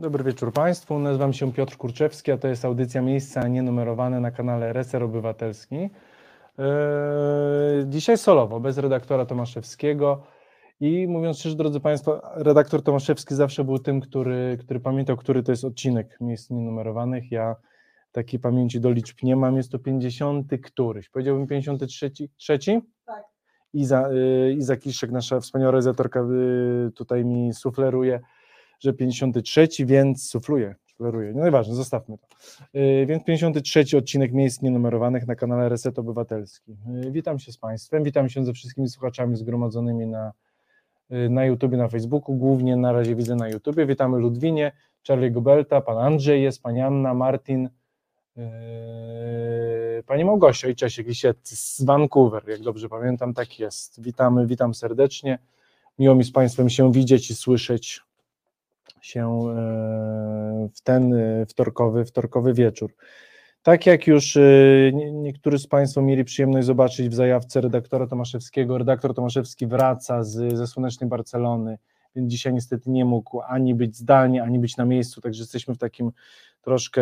Dobry wieczór Państwu, nazywam się Piotr Kurczewski, a to jest audycja Miejsca Nienumerowane na kanale Reser Obywatelski. Dzisiaj solowo, bez redaktora Tomaszewskiego i mówiąc szczerze, drodzy Państwo, redaktor Tomaszewski zawsze był tym, który pamiętał, który to jest odcinek Miejsc Nienumerowanych. Ja takiej pamięci do liczb nie mam, jest to 50. któryś, powiedziałbym 53? Trzeci? Tak. Iza Kiszek, nasza wspaniała realizatorka, tutaj mi sufleruje, że 53, więc sufluje, no nieważne, zostawmy to. Więc 53 odcinek Miejsc Nienumerowanych na kanale Reset Obywatelski. Witam się z Państwem, witam się ze wszystkimi słuchaczami zgromadzonymi na YouTubie, na Facebooku, głównie na razie widzę na YouTubie. Witamy Ludwinie, Charlie'ego Belta, pan Andrzej jest, pani Anna, Martin, pani Małgosia i Czesiek Lisieccy z Vancouver, jak dobrze pamiętam, tak jest. Witam serdecznie, miło mi z Państwem się widzieć i słyszeć się w ten wtorkowy wieczór. Tak jak już niektórzy z Państwa mieli przyjemność zobaczyć w zajawce redaktora Tomaszewskiego, redaktor Tomaszewski wraca ze słonecznej Barcelony, więc dzisiaj niestety nie mógł ani być zdalnie, ani być na miejscu, także jesteśmy w takim troszkę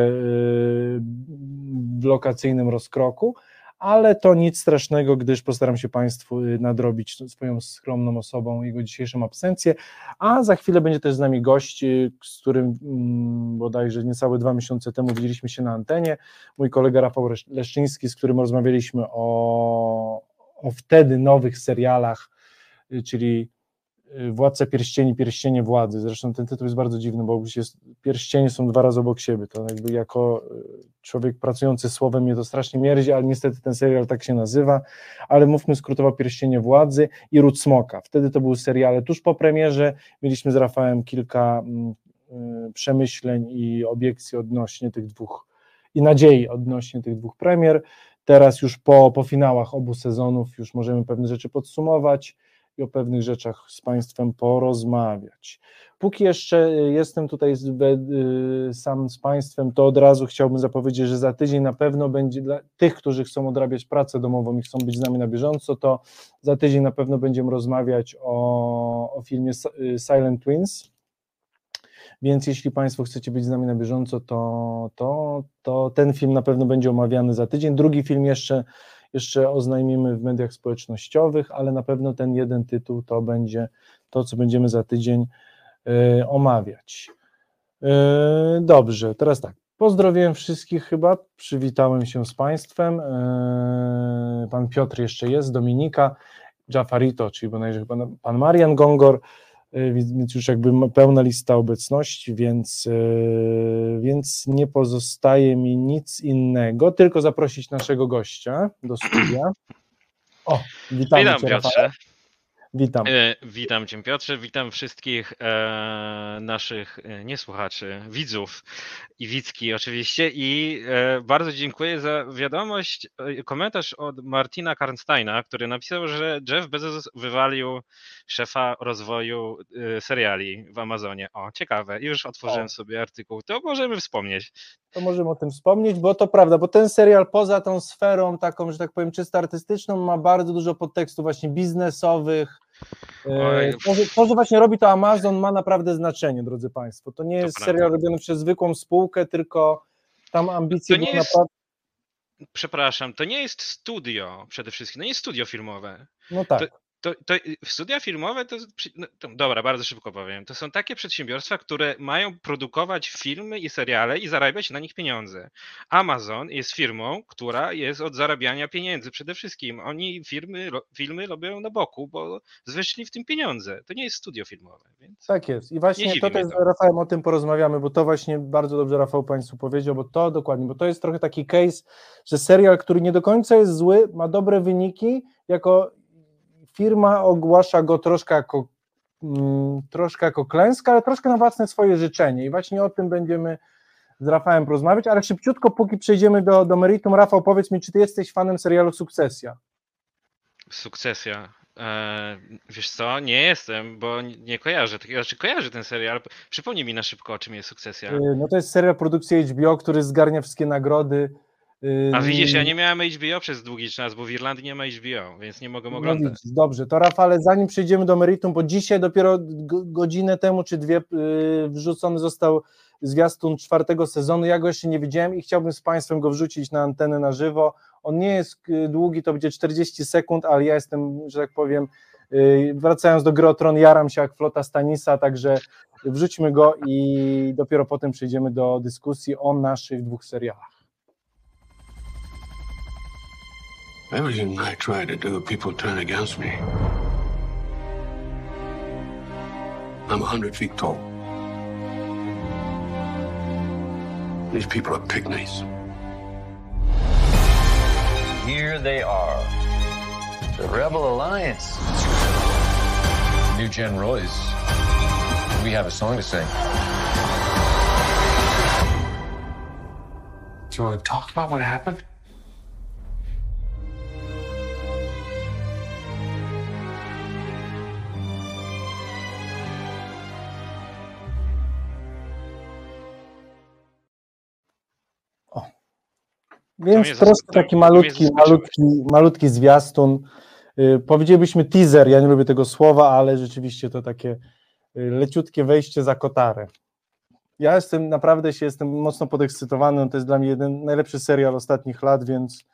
lokacyjnym rozkroku, ale to nic strasznego, gdyż postaram się Państwu nadrobić swoją skromną osobą jego dzisiejszą absencję, a za chwilę będzie też z nami gość, z którym bodajże niecałe 2 miesiące temu widzieliśmy się na antenie, mój kolega Rafał Leszczyński, z którym rozmawialiśmy o wtedy nowych serialach, czyli Władca Pierścieni, Pierścienie Władzy. Zresztą ten tytuł jest bardzo dziwny, bo pierścienie są 2 razy obok siebie. To jakby jako człowiek pracujący słowem mnie to strasznie mierzi, ale niestety ten serial tak się nazywa. Ale mówmy skrótowo Pierścienie Władzy i Ród Smoka. Wtedy to były seriale tuż po premierze. Mieliśmy z Rafałem kilka przemyśleń i obiekcji odnośnie tych dwóch i nadziei odnośnie tych 2 premier. Teraz już po finałach obu sezonów już możemy pewne rzeczy podsumować i o pewnych rzeczach z Państwem porozmawiać. Póki jeszcze jestem tutaj sam z Państwem, to od razu chciałbym zapowiedzieć, że za tydzień na pewno będzie dla tych, którzy chcą odrabiać pracę domową i chcą być z nami na bieżąco, to za tydzień na pewno będziemy rozmawiać o filmie Silent Twins, więc jeśli Państwo chcecie być z nami na bieżąco, to ten film na pewno będzie omawiany za tydzień. Drugi film jeszcze oznajmimy w mediach społecznościowych, ale na pewno ten jeden tytuł to będzie to, co będziemy za tydzień omawiać. Dobrze, teraz tak, pozdrowiłem wszystkich chyba, przywitałem się z Państwem, pan Piotr jeszcze jest, Dominika, Jafarito, czyli bodajże chyba pan Marian Gongor, więc już jakby pełna lista obecności, więc nie pozostaje mi nic innego, tylko zaprosić naszego gościa do studia. O, witamy Witam Cię, Piotrze. Rafale. Witam. Witam Cię Piotrze, witam wszystkich naszych niesłuchaczy, widzów i widzki oczywiście i bardzo dziękuję za wiadomość, komentarz od Martina Karnsteina, który napisał, że Jeff Bezos wywalił szefa rozwoju seriali w Amazonie. O, ciekawe, już otworzyłem sobie artykuł, to możemy wspomnieć. To możemy o tym wspomnieć, bo to prawda, bo ten serial poza tą sferą taką, że tak powiem, czysto artystyczną ma bardzo dużo podtekstów właśnie biznesowych. To, że właśnie robi to Amazon, ma naprawdę znaczenie, drodzy Państwo. To nie jest serial robiony przez zwykłą spółkę, tylko tam ambicje były naprawdę... Przepraszam, to nie jest studio przede wszystkim, to nie jest studio filmowe. No tak. To studia filmowe dobra, bardzo szybko powiem, to są takie przedsiębiorstwa, które mają produkować filmy i seriale i zarabiać na nich pieniądze. Amazon jest firmą, która jest od zarabiania pieniędzy przede wszystkim. Oni filmy robią na boku, bo wyszli w tym pieniądze. To nie jest studio filmowe. Więc tak jest. I właśnie to też z Rafałem o tym porozmawiamy, bo to właśnie bardzo dobrze Rafał Państwu powiedział, bo to jest trochę taki case, że serial, który nie do końca jest zły, ma dobre wyniki, jako firma ogłasza go troszkę jako klęskę, ale troszkę na własne swoje życzenie i właśnie o tym będziemy z Rafałem porozmawiać, ale szybciutko, póki przejdziemy do meritum, Rafał, powiedz mi, czy Ty jesteś fanem serialu Sukcesja? Sukcesja. Wiesz co, nie jestem, bo nie kojarzę, znaczy kojarzę ten serial, przypomnij mi na szybko, o czym jest Sukcesja. No to jest serial produkcji HBO, który zgarnia wszystkie nagrody. A widzisz, ja nie miałem HBO przez długi czas, bo w Irlandii nie ma HBO, więc nie mogę oglądać. Widzisz, dobrze, to Rafale, zanim przejdziemy do meritum, bo dzisiaj dopiero godzinę temu czy 2 wrzucony został zwiastun 4. sezonu, ja go jeszcze nie widziałem i chciałbym z Państwem go wrzucić na antenę na żywo. On nie jest długi, to będzie 40 sekund, ale ja jestem, że tak powiem, wracając do Gry o Tron, jaram się jak flota Stanisa, także wrzućmy go i dopiero potem przejdziemy do dyskusji o naszych 2 serialach. Everything I try to do, people turn against me. I'm 100 feet tall. These people are pygmies. Here they are. The Rebel Alliance. New Gen Royce. We have a song to sing. Do you want to talk about what happened? Więc troszkę taki malutki zwiastun. Powiedzielibyśmy teaser, ja nie lubię tego słowa, ale rzeczywiście to takie leciutkie wejście za kotarę. Ja jestem mocno podekscytowany, to jest dla mnie jeden najlepszy serial ostatnich lat, więc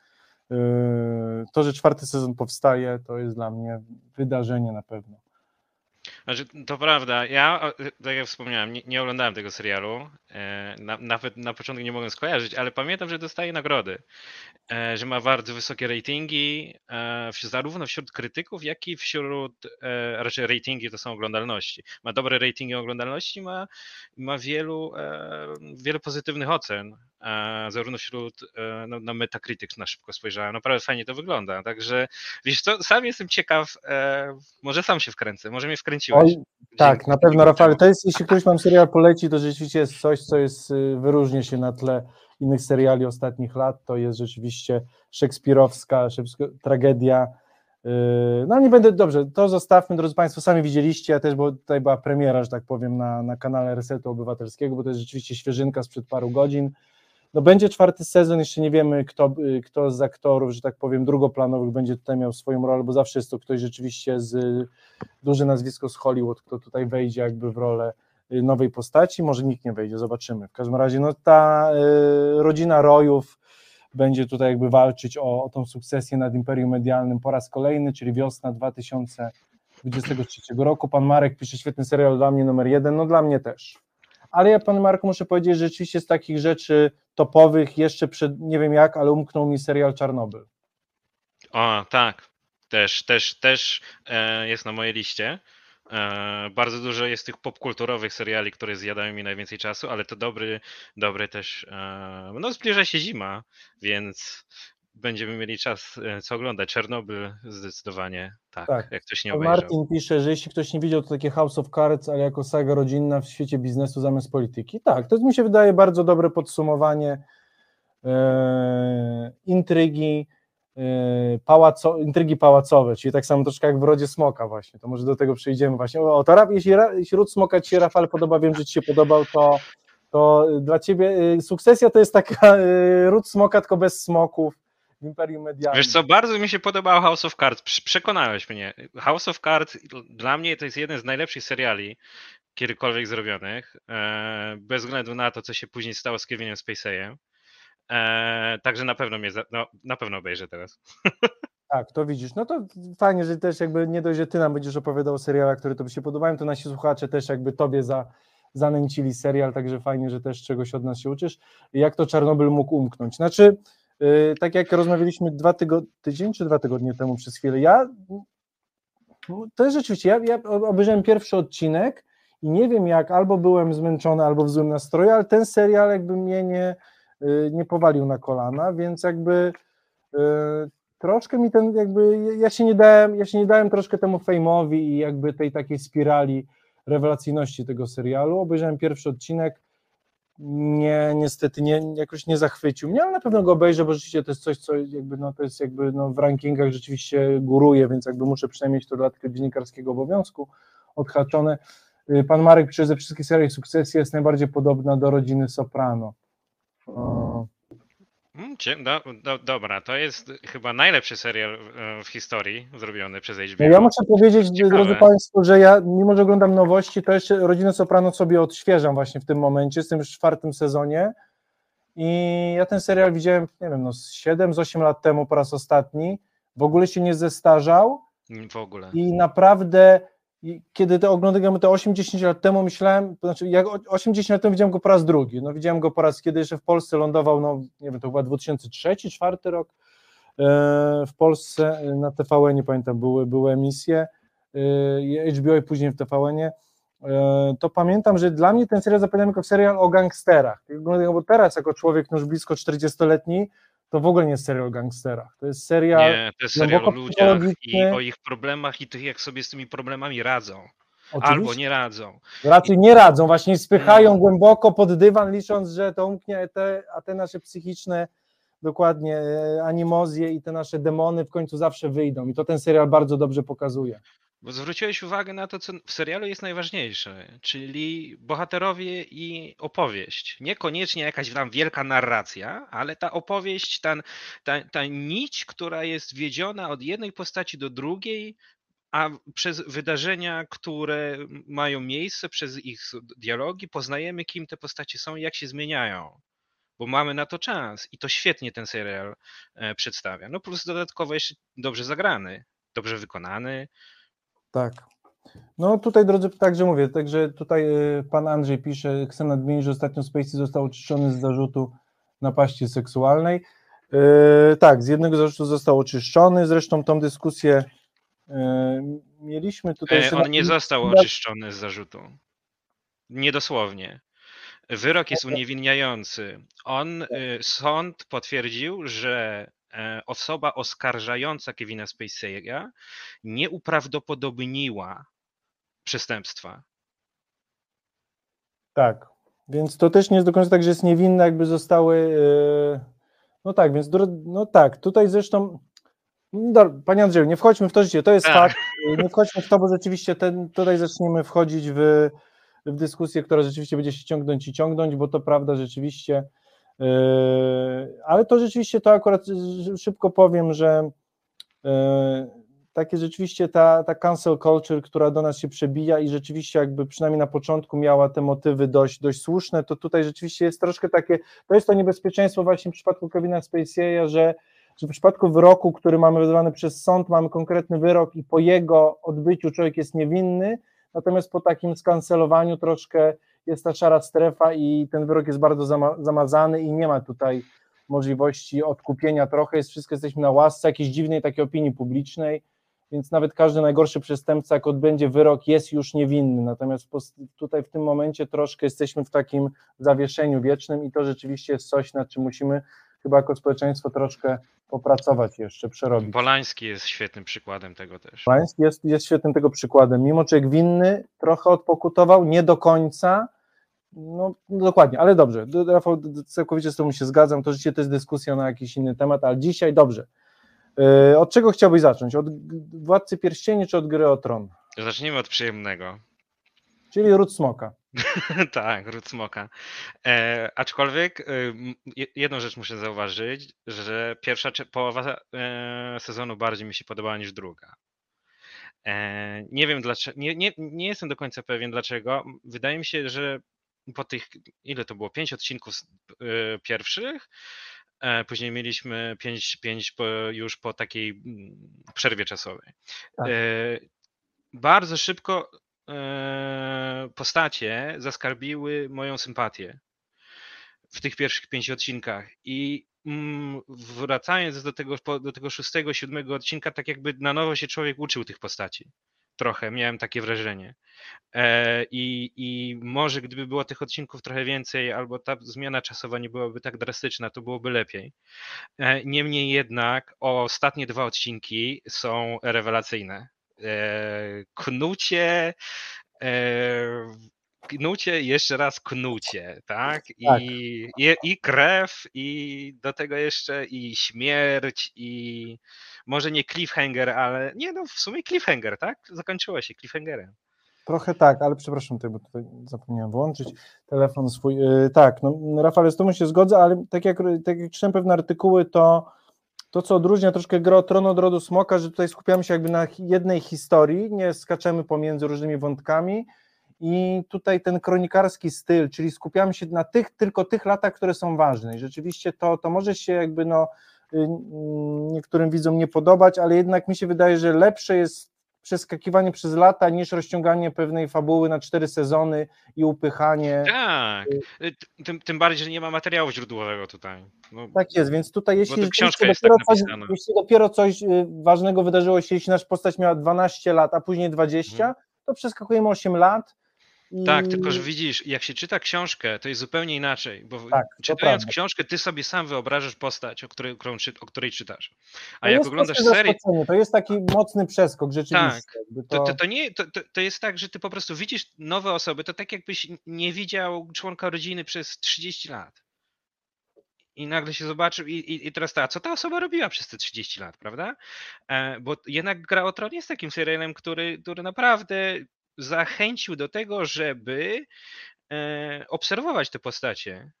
to, że 4. sezon powstaje, to jest dla mnie wydarzenie na pewno. Znaczy, to prawda, ja, tak jak wspomniałem, nie oglądałem tego serialu, nawet na początku nie mogłem skojarzyć, ale pamiętam, że dostaje nagrody, że ma bardzo wysokie ratingi, zarówno wśród krytyków, jak i wśród, raczej ratingi to są oglądalności. Ma dobre ratingi oglądalności, ma wiele pozytywnych ocen, zarówno wśród, na Metacritic na szybko spojrzałem, naprawdę fajnie to wygląda, także wiesz co, sam jestem ciekaw, może sam się wkręcę, może mnie wkręciłeś. Tak, na pewno, Rafał, to jest, jeśli ktoś wam serial poleci, to rzeczywiście jest coś, co wyróżnia się na tle innych seriali ostatnich lat, to jest rzeczywiście szekspirowska tragedia. No nie będę, dobrze, to zostawmy, drodzy Państwo, sami widzieliście, ja też, bo tutaj była premiera, że tak powiem, na kanale Resetu Obywatelskiego, bo to jest rzeczywiście świeżynka sprzed paru godzin. No będzie 4. sezon, jeszcze nie wiemy, kto z aktorów, że tak powiem, drugoplanowych będzie tutaj miał swoją rolę, bo zawsze jest to ktoś rzeczywiście duże nazwisko z Hollywood, kto tutaj wejdzie jakby w rolę nowej postaci, może nikt nie wejdzie, zobaczymy. W każdym razie no ta rodzina Royów będzie tutaj jakby walczyć o tą sukcesję nad Imperium Medialnym po raz kolejny, czyli wiosna 2023 roku. Pan Marek pisze świetny serial, dla mnie numer 1, no dla mnie też. Ale ja, panie Marku, muszę powiedzieć, że rzeczywiście z takich rzeczy topowych jeszcze przed, nie wiem jak, ale umknął mi serial Czarnobyl. O, tak, też jest na mojej liście. Bardzo dużo jest tych popkulturowych seriali, które zjadają mi najwięcej czasu, ale to dobry też, no zbliża się zima, więc będziemy mieli czas co oglądać. Czarnobyl zdecydowanie tak, jak ktoś nie obejrzał. Martin pisze, że jeśli ktoś nie widział, to takie House of Cards, ale jako saga rodzinna w świecie biznesu zamiast polityki. Tak, to mi się wydaje bardzo dobre podsumowanie intrygi pałacowe, czyli tak samo troszkę jak w Rodzie Smoka właśnie, to może do tego przejdziemy właśnie. Jeśli Ród Smoka Ci się, Rafale, podoba, wiem, że Ci się podobał, to dla Ciebie Sukcesja to jest taka Ród Smoka, tylko bez smoków w Imperium Medialnym. Wiesz co, bardzo mi się podobał House of Cards, przekonałeś mnie. House of Cards dla mnie to jest jeden z najlepszych seriali kiedykolwiek zrobionych, bez względu na to, co się później stało z Kevinem Spacey'em. Także na pewno obejrzę teraz. Tak, to widzisz, no to fajnie, że też jakby nie dość, że Ty nam będziesz opowiadał o serialach, które Tobie się podobają, to nasi słuchacze też jakby Tobie zanęcili serial, także fajnie, że też czegoś od nas się uczysz. Jak to Czarnobyl mógł umknąć? Znaczy, tak jak rozmawialiśmy 2 tygodnie temu przez chwilę, to jest rzeczywiście, ja obejrzałem pierwszy odcinek i nie wiem jak, albo byłem zmęczony, albo w złym nastroju, ale ten serial jakby mnie nie powalił na kolana, więc jakby troszkę mi ten jakby, ja się nie dałem troszkę temu fame'owi i jakby tej takiej spirali rewelacyjności tego serialu. Obejrzałem pierwszy odcinek, niestety jakoś nie zachwycił mnie, ale na pewno go obejrzę, bo rzeczywiście to jest coś, co jakby, to jest jakby w rankingach rzeczywiście góruje, więc jakby muszę przynajmniej mieć to dla takiego dziennikarskiego obowiązku odhaczone. Pan Marek pisze, że ze wszystkich seriali Sukcesja jest najbardziej podobna do rodziny Soprano. Dobra, to jest chyba najlepszy serial w historii zrobiony przez HBO. No ja muszę powiedzieć, Ciekawe. drodzy Państwo, że ja, mimo że oglądam nowości, to jeszcze Rodzinę Soprano sobie odświeżam właśnie w tym momencie, jestem już w 4. sezonie i ja ten serial widziałem, nie wiem, 7-8 lat temu po raz ostatni, w ogóle się nie zestarzał W ogóle. i naprawdę, kiedy to oglądałem to 8-10 lat temu, myślałem, to znaczy jak 8-10 lat temu widziałem go po raz drugi, widziałem go po raz, kiedy jeszcze w Polsce lądował, nie wiem, to chyba 2003-2004 rok, w Polsce na TVN, nie pamiętam, były emisje HBO i później w TVN-ie, to pamiętam, że dla mnie ten serial zapamiętam jako serial o gangsterach, bo teraz jako człowiek już blisko 40-letni, to w ogóle nie jest serial o gangsterach, to jest serial... Nie, to jest serial o ludziach i o ich problemach i tych, jak sobie z tymi problemami radzą. Oczywiście. Albo nie radzą. Raczej nie radzą, właśnie spychają głęboko pod dywan, licząc, że to umknie, a te nasze psychiczne, dokładnie, animozje i te nasze demony w końcu zawsze wyjdą i to ten serial bardzo dobrze pokazuje. Bo zwróciłeś uwagę na to, co w serialu jest najważniejsze, czyli bohaterowie i opowieść. Niekoniecznie jakaś tam wielka narracja, ale ta opowieść, ta nić, która jest wiedziona od jednej postaci do drugiej, a przez wydarzenia, które mają miejsce, przez ich dialogi, poznajemy, kim te postacie są i jak się zmieniają. Bo mamy na to czas i to świetnie ten serial przedstawia. No plus dodatkowo jeszcze dobrze zagrany, dobrze wykonany. Tak. No tutaj, drodzy, także tutaj pan Andrzej pisze, chcę nadmienić, że ostatnio Spacey został oczyszczony z zarzutu napaści seksualnej. Tak, z jednego zarzutu został oczyszczony, zresztą tą dyskusję mieliśmy tutaj... On nie został oczyszczony z zarzutu. Niedosłownie. Wyrok jest uniewinniający. Sąd potwierdził, że osoba oskarżająca Kevina Spacey'a nie uprawdopodobniła przestępstwa. Tak, więc to też nie jest do końca tak, że jest niewinne, jakby zostały... No tak, więc tutaj zresztą... Panie Andrzeju, nie wchodźmy w to życie, to jest fakt, nie wchodźmy w to, bo rzeczywiście tutaj zaczniemy wchodzić w dyskusję, która rzeczywiście będzie się ciągnąć, bo to prawda rzeczywiście, ale to rzeczywiście to akurat szybko powiem, że takie rzeczywiście ta cancel culture, która do nas się przebija i rzeczywiście jakby przynajmniej na początku miała te motywy dość słuszne, to tutaj rzeczywiście jest troszkę takie, to jest to niebezpieczeństwo właśnie w przypadku Kevina Spacey'a, że w przypadku wyroku, który mamy wydawany przez sąd, mamy konkretny wyrok i po jego odbyciu człowiek jest niewinny, natomiast po takim skancelowaniu troszkę jest ta szara strefa i ten wyrok jest bardzo zamazany i nie ma tutaj możliwości odkupienia trochę, wszystko jesteśmy na łasce jakiejś dziwnej takiej opinii publicznej, więc nawet każdy najgorszy przestępca, jak odbędzie wyrok, jest już niewinny, natomiast tutaj w tym momencie troszkę jesteśmy w takim zawieszeniu wiecznym i to rzeczywiście jest coś, nad czym musimy chyba jako społeczeństwo troszkę popracować jeszcze, przerobić. Polański jest świetnym przykładem tego też. Polański jest świetnym tego przykładem, mimo człowiek winny, trochę odpokutował, nie do końca, no dokładnie, ale dobrze, Rafał, całkowicie z tobą się zgadzam, to rzeczywiście to jest dyskusja na jakiś inny temat, ale dzisiaj dobrze. Od czego chciałbyś zacząć? Od Władcy Pierścieni czy od Gry o Tron? Zacznijmy od przyjemnego. Czyli Ród Smoka. Tak, Ród Smoka. Aczkolwiek jedną rzecz muszę zauważyć, że pierwsza połowa sezonu bardziej mi się podobała niż druga. Nie wiem dlaczego, nie jestem do końca pewien dlaczego. Wydaje mi się, że po tych, ile to było, 5 odcinków pierwszych, później mieliśmy 5 już po takiej przerwie czasowej. Tak. Bardzo szybko postacie zaskarbiły moją sympatię w tych pierwszych 5 odcinkach i wracając do tego 6., 7. odcinka, tak jakby na nowo się człowiek uczył tych postaci. Trochę, miałem takie wrażenie. I może gdyby było tych odcinków trochę więcej, albo ta zmiana czasowa nie byłaby tak drastyczna, to byłoby lepiej. Niemniej jednak ostatnie 2 odcinki są rewelacyjne. Knucie, jeszcze raz knucie, tak? I krew, i do tego jeszcze i śmierć, i może nie cliffhanger, ale nie, no w sumie cliffhanger, tak? Zakończyło się cliffhangerem. Trochę tak, ale przepraszam, bo tutaj zapomniałem włączyć telefon swój. Tak, no Rafale, z tobą się zgodzę, ale tak jak czytałem pewne artykuły, to co odróżnia troszkę Grę o Tron od Rodu Smoka, że tutaj skupiamy się jakby na jednej historii, nie skaczemy pomiędzy różnymi wątkami i tutaj ten kronikarski styl, czyli skupiamy się na tylko tych latach, które są ważne i rzeczywiście to może się jakby niektórym widzom nie podobać, ale jednak mi się wydaje, że lepsze jest przeskakiwanie przez lata niż rozciąganie pewnej fabuły na 4 sezony i upychanie. Tak, tym bardziej, że nie ma materiału źródłowego tutaj. No, tak jest, więc tutaj jeśli dopiero coś ważnego wydarzyło się, jeśli nasza postać miała 12 lat, a później 20, to przeskakujemy 8 lat. Tak, tylko że widzisz, jak się czyta książkę, to jest zupełnie inaczej, bo czytając książkę, ty sobie sam wyobrażasz postać, o której czytasz. A jak oglądasz serię... To jest taki mocny przeskok rzeczywiście. Tak, to jest tak, że ty po prostu widzisz nowe osoby, to tak jakbyś nie widział członka rodziny przez 30 lat. I nagle się zobaczył i teraz co ta osoba robiła przez te 30 lat, prawda? Bo jednak Gra o Tron jest takim serialem, który naprawdę zachęcił do tego, żeby obserwować te postacie.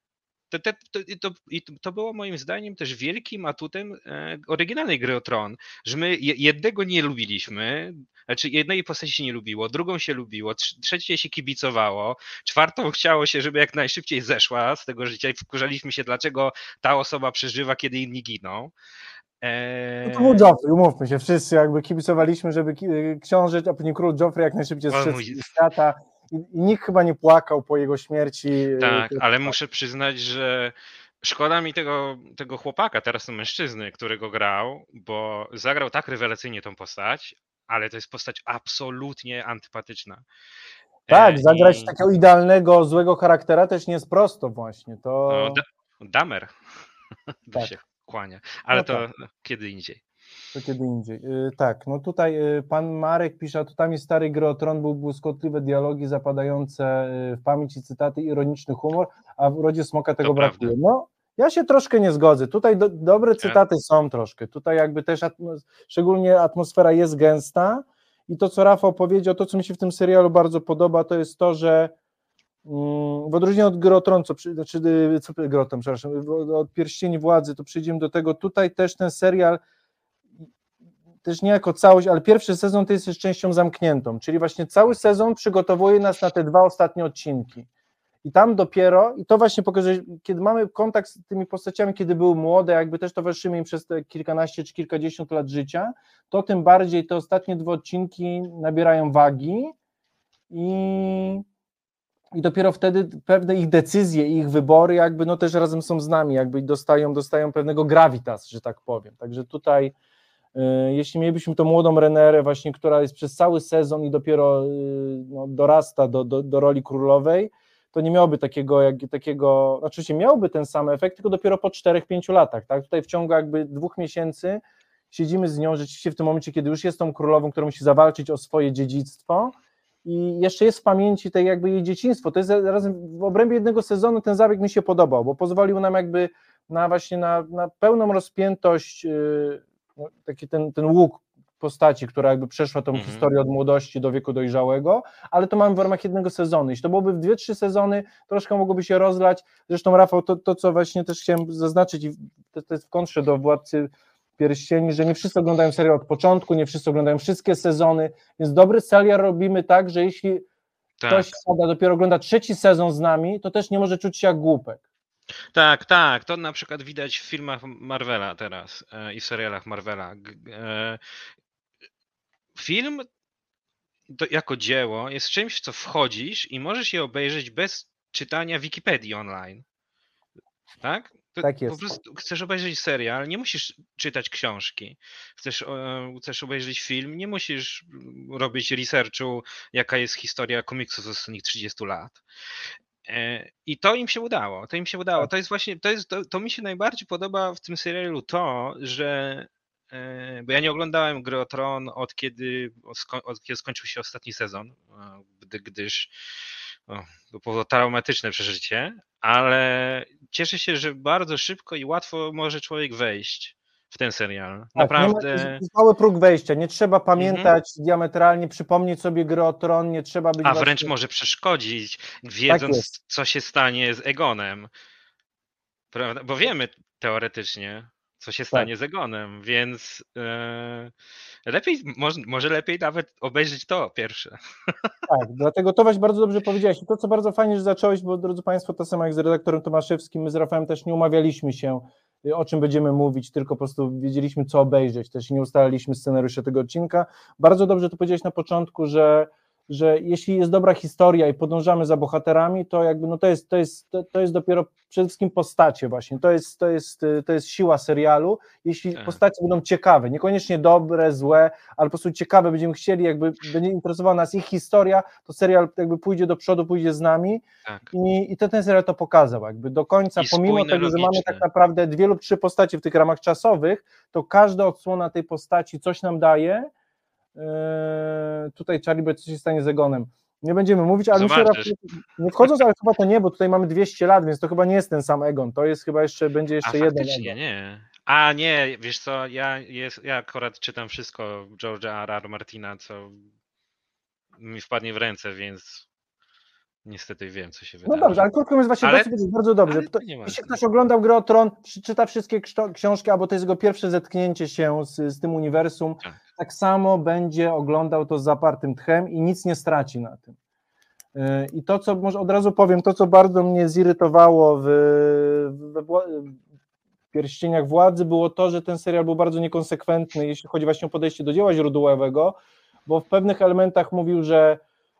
To było moim zdaniem też wielkim atutem oryginalnej Gry o Tron, że my jednego nie lubiliśmy, znaczy jednej postaci się nie lubiło, drugą się lubiło, trzeciej się kibicowało, czwartą chciało się, żeby jak najszybciej zeszła z tego życia i wkurzaliśmy się, dlaczego ta osoba przeżywa, kiedy inni giną. No to był Joffrey, umówmy się, wszyscy jakby kibicowaliśmy, żeby książę, a później król Joffrey jak najszybciej zszedł z świata i nikt chyba nie płakał po jego śmierci. Tak, ale muszę przyznać, że szkoda mi tego chłopaka, teraz to mężczyzny, którego grał, bo zagrał tak rewelacyjnie tą postać, ale to jest postać absolutnie antypatyczna. Tak, zagrać takiego idealnego, złego charaktera też nie jest prosto właśnie. No, Damer tak. się kłania, ale to kiedy indziej. To kiedy indziej. Tak, no tutaj pan Marek pisze, a tutaj stary Gry o Tron był błyskotliwe dialogi zapadające w pamięć i cytaty, ironiczny humor, a w Rodzie Smoka tego brakuje. No, ja się troszkę nie zgodzę. Tutaj dobre cytaty są troszkę. Tutaj jakby też szczególnie atmosfera jest gęsta i to, co Rafał powiedział, to, co mi się w tym serialu bardzo podoba, to jest to, że w odróżnieniu od Gry o Tron, od Pierścieni Władzy, to przejdziemy do tego, tutaj też ten serial też nie jako całość, ale pierwszy sezon to jest częścią zamkniętą, czyli właśnie cały sezon przygotowuje nas na te 2 ostatnie odcinki i tam dopiero, i to właśnie pokazuje, kiedy mamy kontakt z tymi postaciami, kiedy były młode, jakby też towarzyszymy im przez te kilkanaście czy kilkadziesiąt lat życia, to tym bardziej te ostatnie 2 odcinki nabierają wagi i dopiero wtedy pewne ich decyzje, ich wybory jakby no też razem są z nami, jakby dostają pewnego gravitas, że tak powiem, także tutaj jeśli mielibyśmy tą młodą Renerę właśnie, która jest przez cały sezon i dopiero dorasta do roli królowej, to nie miałoby takiego, oczywiście miałby ten sam efekt, tylko dopiero po 4-5 latach, tak? Tutaj w ciągu jakby 2 miesięcy siedzimy z nią rzeczywiście w tym momencie, kiedy już jest tą królową, która musi zawalczyć o swoje dziedzictwo i jeszcze jest w pamięci tej jakby jej dzieciństwo, to jest razem w obrębie jednego sezonu ten zabieg mi się podobał, bo pozwolił nam jakby na pełną rozpiętość taki ten łuk postaci, która jakby przeszła tą historię od młodości do wieku dojrzałego, ale to mamy w ramach jednego sezonu. Jeśli to byłoby w 2-3 sezony, troszkę mogłoby się rozlać. Zresztą Rafał, to co właśnie też chciałem zaznaczyć, i to jest w kontrze do Władcy Pierścieni, że nie wszyscy oglądają serial od początku, nie wszyscy oglądają wszystkie sezony, więc dobry serial robimy tak, że jeśli ktoś dopiero ogląda 3. sezon z nami, to też nie może czuć się jak głupek. Tak, to na przykład widać w filmach Marvela teraz i w serialach Marvela. Film jako dzieło jest czymś, w co wchodzisz i możesz je obejrzeć bez czytania Wikipedii online. Tak? Tak jest. Po prostu chcesz obejrzeć serial, nie musisz czytać książki. Chcesz obejrzeć film, nie musisz robić researchu, jaka jest historia komiksów z ostatnich 30 lat. I to im się udało. To jest właśnie, to mi się najbardziej podoba w tym serialu to, że bo ja nie oglądałem Gry o Tron od kiedy skończył się ostatni sezon, gdyż to było traumatyczne przeżycie, ale cieszę się, że bardzo szybko i łatwo może człowiek wejść w ten serial. Tak, Naprawdę. jest mały próg wejścia, nie trzeba Mhm. pamiętać diametralnie, przypomnieć sobie Gry o Tron, nie trzeba być A wręcz właśnie... może przeszkodzić, Tak wiedząc, jest. co się stanie z Egonem. Prawda? Bo wiemy teoretycznie, co się Tak. stanie z Egonem, więc lepiej, może lepiej nawet obejrzeć to pierwsze. Tak, dlatego to właśnie bardzo dobrze powiedziałeś. I to, co bardzo fajnie, że zacząłeś, bo drodzy Państwo, to samo jak z redaktorem Tomaszewskim, my z Rafałem też nie umawialiśmy się, o czym będziemy mówić, tylko po prostu wiedzieliśmy, co obejrzeć, też nie ustaliliśmy scenariusza tego odcinka. Bardzo dobrze to powiedziałeś na początku, że jeśli jest dobra historia i podążamy za bohaterami, to jakby no to jest dopiero przede wszystkim postacie właśnie, to jest siła serialu, jeśli Tak. postacie będą ciekawe, niekoniecznie dobre, złe, ale po prostu ciekawe, będziemy chcieli, jakby będzie interesowała nas ich historia, to serial jakby pójdzie do przodu, pójdzie z nami Tak. i ten serial to pokazał, jakby do końca, I pomimo spójne, tego, że mamy logiczne. tak naprawdę 2 lub 3 postacie w tych ramach czasowych, to każda odsłona tej postaci coś nam daje. Tutaj Charlie, bo co się stanie z Egonem. Nie będziemy mówić, ale myślę, Zobaczysz. nie wchodząc, ale chyba to nie, bo tutaj mamy 200 lat, więc to chyba nie jest ten sam Egon, to jest chyba będzie jeszcze jeden Faktycznie Egon. nie. A nie, wiesz co, ja akurat czytam wszystko George'a R.R. Martina, co mi wpadnie w ręce, więc niestety wiem, co się No wydarzy. dobrze, ale krótko mówiąc właśnie Ale- to, co powiedzieć, bardzo dobrze. ale to nie ważne. Jeśli ktoś oglądał Grę o Tron, czyta wszystkie książki, albo to jest jego pierwsze zetknięcie się z tym uniwersum, tak samo będzie oglądał to z zapartym tchem i nic nie straci na tym. I to, co może od razu powiem, to, co bardzo mnie zirytowało w Pierścieniach Władzy, było to, że ten serial był bardzo niekonsekwentny, jeśli chodzi właśnie o podejście do dzieła źródłowego, bo w pewnych elementach mówił, że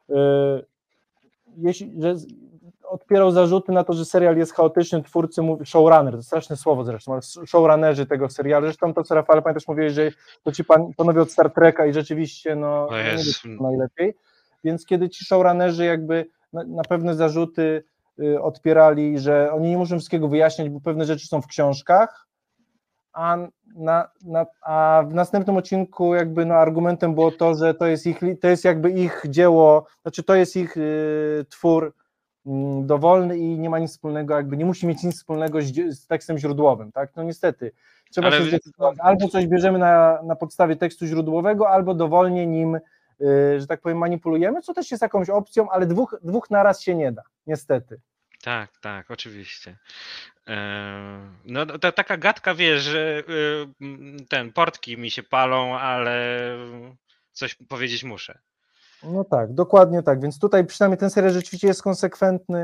odpierał zarzuty na to, że serial jest chaotyczny, twórcy mówią, showrunner, to straszne słowo zresztą, ale showrunnerzy tego serialu, zresztą to, co Rafał, pamiętasz, mówiłeś, że to ci panowie od Star Treka i rzeczywiście no nie jest najlepiej, więc kiedy ci showrunnerzy jakby na pewne zarzuty odpierali, że oni nie muszą wszystkiego wyjaśniać, bo pewne rzeczy są w książkach, a w następnym odcinku jakby no argumentem było to, że to jest jakby ich dzieło, znaczy to jest ich twór dowolny i nie ma nic wspólnego, jakby nie musi mieć nic wspólnego z tekstem źródłowym, tak? No niestety, trzeba się zdecydować, albo coś bierzemy na podstawie tekstu źródłowego, albo dowolnie nim, że tak powiem, manipulujemy, co też jest jakąś opcją, ale dwóch naraz się nie da, niestety. Tak, oczywiście. No to taka gadka, wiesz, że portki mi się palą, ale coś powiedzieć muszę. No tak, dokładnie tak, więc tutaj przynajmniej ten serial rzeczywiście jest konsekwentny,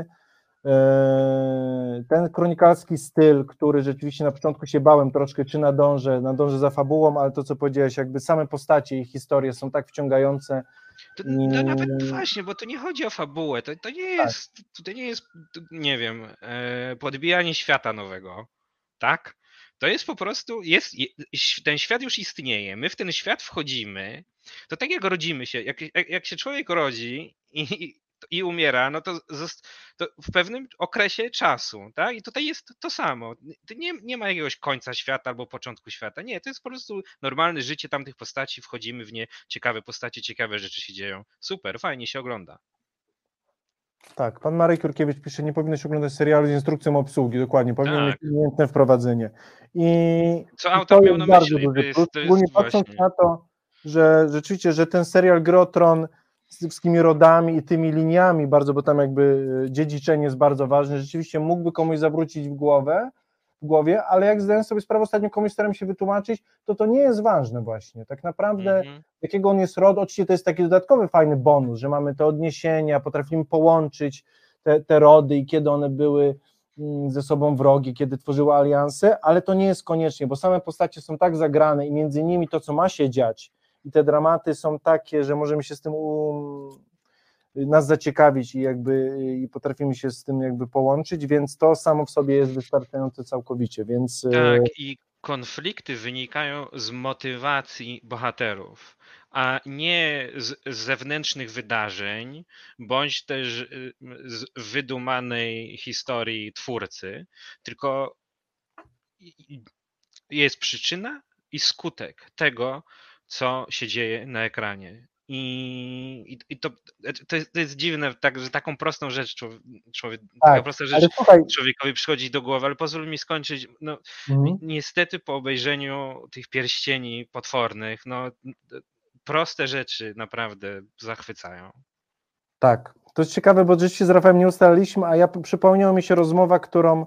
ten kronikarski styl, który rzeczywiście na początku się bałem troszkę, czy nadążę za fabułą, ale to, co powiedziałeś, jakby same postacie i historie są tak wciągające. No nawet właśnie, bo to nie chodzi o fabułę, to nie jest, to nie jest, nie wiem, podbijanie świata nowego, tak? To jest po prostu, ten świat już istnieje, my w ten świat wchodzimy, to tak jak rodzimy się, jak się człowiek rodzi i umiera, no to w pewnym okresie czasu, tak? I tutaj jest to samo. Nie ma jakiegoś końca świata albo początku świata. Nie, to jest po prostu normalne życie tamtych postaci, wchodzimy w nie, ciekawe postacie, ciekawe rzeczy się dzieją. Super, fajnie się ogląda. Tak, pan Marek Jurkiewicz pisze, nie powinno się oglądać serialu z instrukcją obsługi, dokładnie, powinien mieć umiejętne wprowadzenie. Co autor miał na myśli? Szczególnie patrząc na to, że rzeczywiście, że ten serial Gry o Tron z wszystkimi rodami i tymi liniami bardzo, bo tam jakby dziedziczenie jest bardzo ważne, rzeczywiście mógłby komuś zawrócić w głowie, ale jak zdałem sobie sprawę, ostatnio komuś staram się wytłumaczyć, to nie jest ważne właśnie, tak naprawdę jakiego on jest rodu, oczywiście to jest taki dodatkowy fajny bonus, że mamy te odniesienia, potrafimy połączyć te rody i kiedy one były ze sobą wrogie, kiedy tworzyły alianse, ale to nie jest koniecznie, bo same postacie są tak zagrane i między nimi to, co ma się dziać i te dramaty są takie, że możemy się z tym nas zaciekawić i potrafimy się z tym jakby połączyć, więc to samo w sobie jest wystarczające całkowicie, więc... Tak, i konflikty wynikają z motywacji bohaterów, a nie z zewnętrznych wydarzeń, bądź też z wydumanej historii twórcy, tylko jest przyczyna i skutek tego, co się dzieje na ekranie. I to jest dziwne, tak, że taką prostą rzecz taka Tak, prosta ale rzecz słuchaj, człowiekowi przychodzi do głowy, ale pozwól mi skończyć. No, niestety po obejrzeniu tych pierścieni potwornych, no proste rzeczy naprawdę zachwycają. tak, to jest ciekawe, bo rzeczywiście z Rafałem nie ustaliliśmy, a przypomniała mi się rozmowa, którą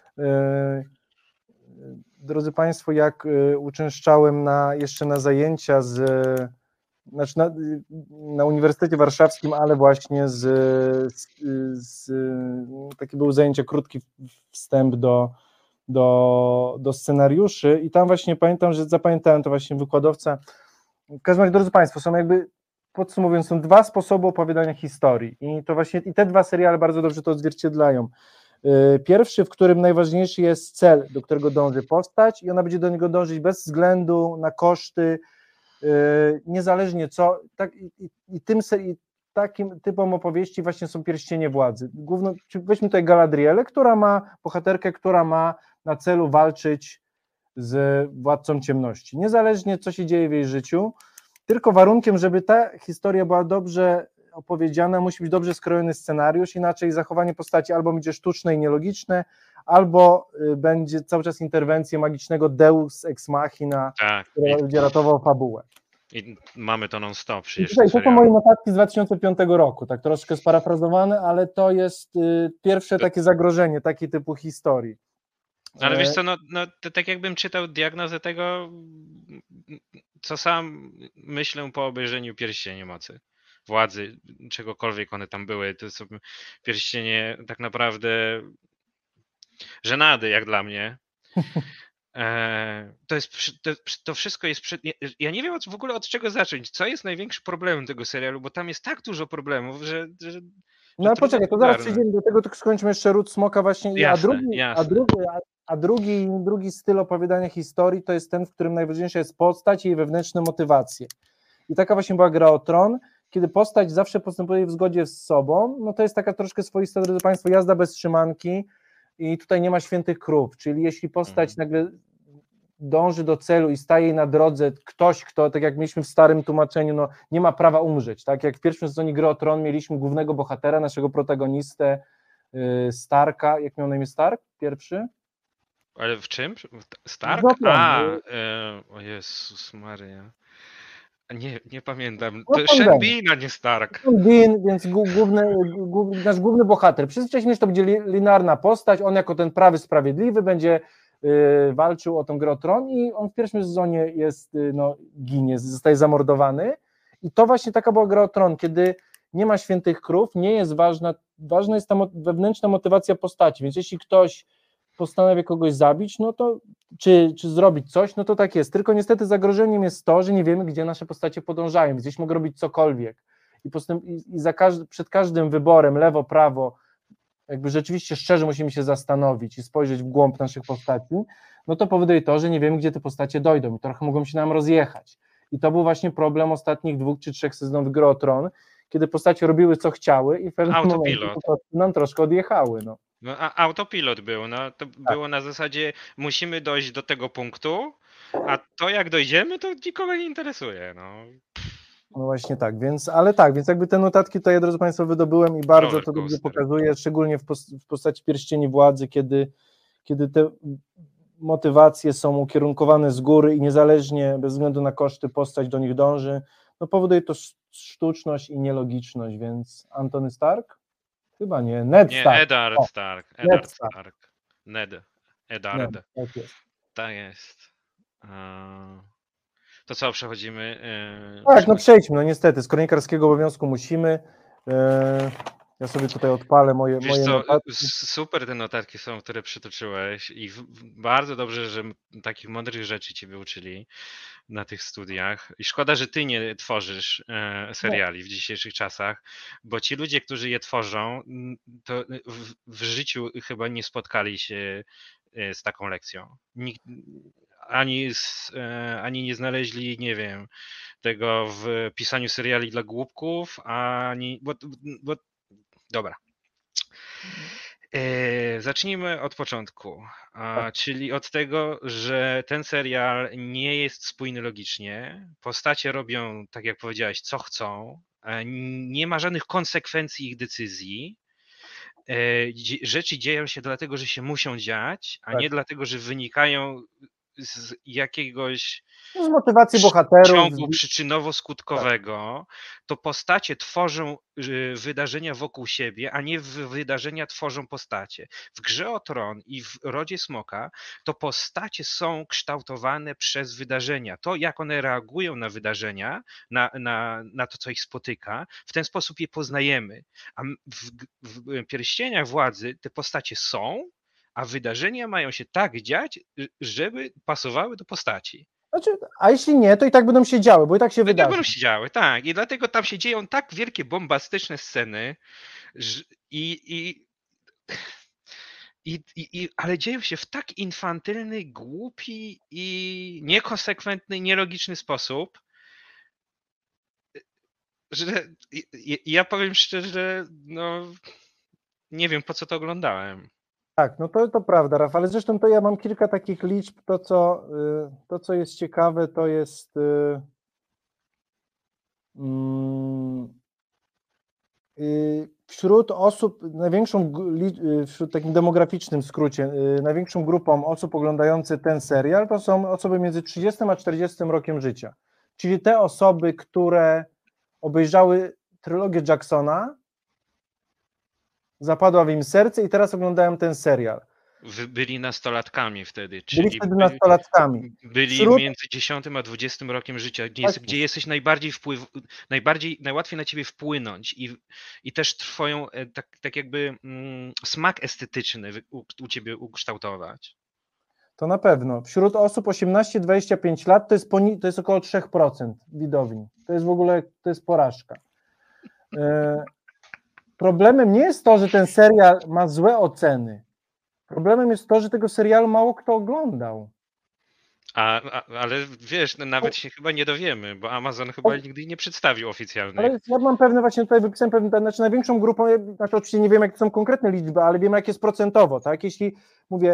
drodzy Państwo, jak uczęszczałem jeszcze na zajęcia znaczy na Uniwersytecie Warszawskim, ale właśnie takie były zajęcia, krótki wstęp do scenariuszy i tam właśnie pamiętam, że zapamiętałem to właśnie wykładowca. W każdym razie, drodzy Państwo, są jakby, podsumowując, są dwa sposoby opowiadania historii i to właśnie i te dwa seriale bardzo dobrze to odzwierciedlają. Pierwszy, w którym najważniejszy jest cel, do którego dąży postać i ona będzie do niego dążyć bez względu na koszty, niezależnie co, tak, i takim typom opowieści właśnie są Pierścienie Władzy. Weźmy tutaj Galadrielę, która ma bohaterkę, która ma na celu walczyć z Władcą Ciemności. Niezależnie co się dzieje w jej życiu, tylko warunkiem, żeby ta historia była dobrze opowiedziana, musi być dobrze skrojony scenariusz, inaczej zachowanie postaci albo będzie sztuczne i nielogiczne, albo będzie cały czas interwencję magicznego Deus ex machina, który będzie ratował fabułę. I mamy to non-stop. To są moje notatki z 2005 roku, tak troszkę sparafrazowane, ale to jest pierwsze takie zagrożenie, taki typu historii. Ale wiesz co, to tak jakbym czytał diagnozę tego, co sam myślę po obejrzeniu Pierścieni Mocy, Władzy, czegokolwiek one tam były. To są pierścienie tak naprawdę żenady, jak dla mnie. To wszystko jest ja nie wiem w ogóle od czego zacząć. Co jest największym problemem tego serialu, bo tam jest tak dużo problemów, że no ale poczekaj, to zaraz przejdziemy do tego, tylko skończmy jeszcze Ród Smoka właśnie. Drugi styl opowiadania historii to jest ten, w którym najważniejsza jest postać i jej wewnętrzne motywacje. I taka właśnie była Gra o Tron, kiedy postać zawsze postępuje w zgodzie z sobą, no to jest taka troszkę swoista, drodzy Państwo, jazda bez trzymanki i tutaj nie ma świętych krów, czyli jeśli postać nagle dąży do celu i staje jej na drodze ktoś, kto, tak jak mieliśmy w starym tłumaczeniu, no nie ma prawa umrzeć, tak jak w pierwszym sezonie Gry o Tron mieliśmy głównego bohatera, naszego protagonistę Starka, jak miał na imię Stark? Pierwszy? Ale w czym? Stark? O Jezus Maria. Nie pamiętam. To Sean Bean, a nie Stark. Sean Bean, więc nasz główny bohater. Przyzwyczailiśmy się, to będzie linearna postać, on jako ten prawy, sprawiedliwy będzie walczył o tą Grę o Tron i on w pierwszym sezonie ginie, zostaje zamordowany i to właśnie taka była Gra o Tron, kiedy nie ma świętych krów, nie jest ważna jest ta wewnętrzna motywacja postaci, więc jeśli ktoś postanawia kogoś zabić, no to czy zrobić coś, no to tak jest, tylko niestety zagrożeniem jest to, że nie wiemy, gdzie nasze postacie podążają, gdzieś mogą robić cokolwiek przed każdym wyborem, lewo, prawo, jakby rzeczywiście szczerze musimy się zastanowić i spojrzeć w głąb naszych postaci, no to powoduje to, że nie wiemy, gdzie te postacie dojdą i trochę mogą się nam rozjechać. I to był właśnie problem ostatnich 2 czy 3 sezonów Gry o Tron, kiedy postacie robiły co chciały i w pewnym momencie po prostu nam troszkę odjechały. No, a autopilot był, to było na zasadzie musimy dojść do tego punktu, a to jak dojdziemy, to nikogo nie interesuje. No właśnie tak, więc jakby te notatki to ja, drodzy Państwo, wydobyłem i bardzo to dobrze pokazuje, szczególnie w postaci Pierścieni Władzy, kiedy te motywacje są ukierunkowane z góry i niezależnie, bez względu na koszty, postać do nich dąży, no powoduje to sztuczność i nielogiczność, więc Antony Stark? Chyba nie, Ned Stark. Eddard Stark. Eddard. Tak jest. Tak jest. To co, przechodzimy? Tak, przejdźmy, no niestety, z kronikarskiego obowiązku musimy. Ja sobie tutaj odpalę moje notatki. Super te notatki są, które przytoczyłeś i bardzo dobrze, że takich mądrych rzeczy cię uczyli na tych studiach i szkoda, że ty nie tworzysz seriali w dzisiejszych czasach, bo ci ludzie, którzy je tworzą, to w życiu chyba nie spotkali się z taką lekcją. Ani nie znaleźli, nie wiem, tego w pisaniu seriali dla głupków, bo dobra. Zacznijmy od początku, czyli od tego, że ten serial nie jest spójny logicznie. Postacie robią, tak jak powiedziałeś, co chcą. Nie ma żadnych konsekwencji ich decyzji. Rzeczy dzieją się dlatego, że się muszą dziać, a nie dlatego, że wynikają z jakiegoś Z motywacji bohaterów. ciągu przyczynowo-skutkowego, to postacie tworzą wydarzenia wokół siebie, a nie wydarzenia tworzą postacie. W Grze o Tron i w Rodzie Smoka to postacie są kształtowane przez wydarzenia. To, jak one reagują na wydarzenia, na to, co ich spotyka, w ten sposób je poznajemy. A w Pierścieniach Władzy te postacie są, a wydarzenia mają się tak dziać, żeby pasowały do postaci. Znaczy, a jeśli nie, to i tak będą się działy, bo i tak się Tak wydarzy. będą się działy, tak. I dlatego tam się dzieją tak wielkie, bombastyczne sceny, ale dzieją się w tak infantylny, głupi i niekonsekwentny, nielogiczny sposób, że ja powiem szczerze, no nie wiem, po co to oglądałem. Tak, no to prawda, Rafał, ale zresztą to ja mam kilka takich liczb, to co jest ciekawe, to jest wśród osób, wśród takim demograficznym skrócie, największą grupą osób oglądających ten serial to są osoby między 30 a 40 rokiem życia, czyli te osoby, które obejrzały trylogię Jacksona, zapadła w im serce i teraz oglądają ten serial. Byli nastolatkami wtedy, Byli wtedy nastolatkami. Byli między 10 a 20 rokiem życia, gdzie jesteś najłatwiej na ciebie wpłynąć i też twoją tak jakby smak estetyczny u ciebie ukształtować. To na pewno. Wśród osób 18-25 lat to jest około 3% widowni. To jest w ogóle, to jest porażka. Problemem nie jest to, że ten serial ma złe oceny. Problemem jest to, że tego serialu mało kto oglądał. Ale wiesz, nawet się chyba nie dowiemy, bo Amazon chyba nigdy nie przedstawił oficjalnie. Ale ja mam pewne, właśnie tutaj wypisałem pewne, znaczy największą grupą, znaczy oczywiście nie wiem, jakie są konkretne liczby, ale wiemy, jak jest procentowo, tak? Jeśli mówię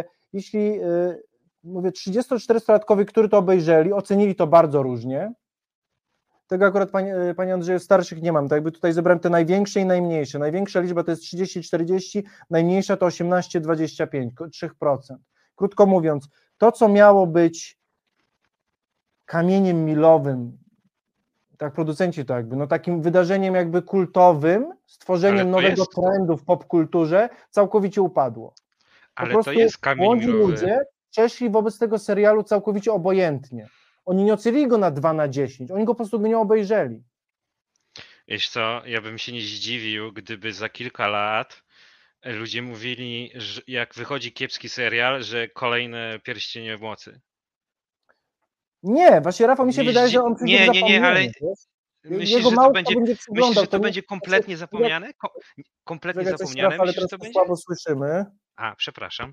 30-40-latkowie, którzy to obejrzeli, ocenili to bardzo różnie. Tego akurat, panie Andrzeju, starszych nie mam, tak jakby tutaj zebrałem te największe i najmniejsze. Największa liczba to jest 30-40, najmniejsza to 18-25, 3%. Krótko mówiąc, to, co miało być kamieniem milowym, tak producenci to jakby, no takim wydarzeniem jakby kultowym, stworzeniem nowego trendu w popkulturze, całkowicie upadło. Ale to jest kamień milowy. Ludzie przeszli wobec tego serialu całkowicie obojętnie. Oni nie ocenili go na 2 na 10, oni go po prostu nie obejrzeli. Wiesz co, ja bym się nie zdziwił, gdyby za kilka lat ludzie mówili, że jak wychodzi kiepski serial, że kolejne Pierścienie Mocy. Nie, właśnie Rafał, mi się wydaje, że on przyjdzie Nie, ale myślisz, że to będzie kompletnie zapomniane? Kompletnie zapomniane? Ale teraz to słabo słyszymy. Przepraszam.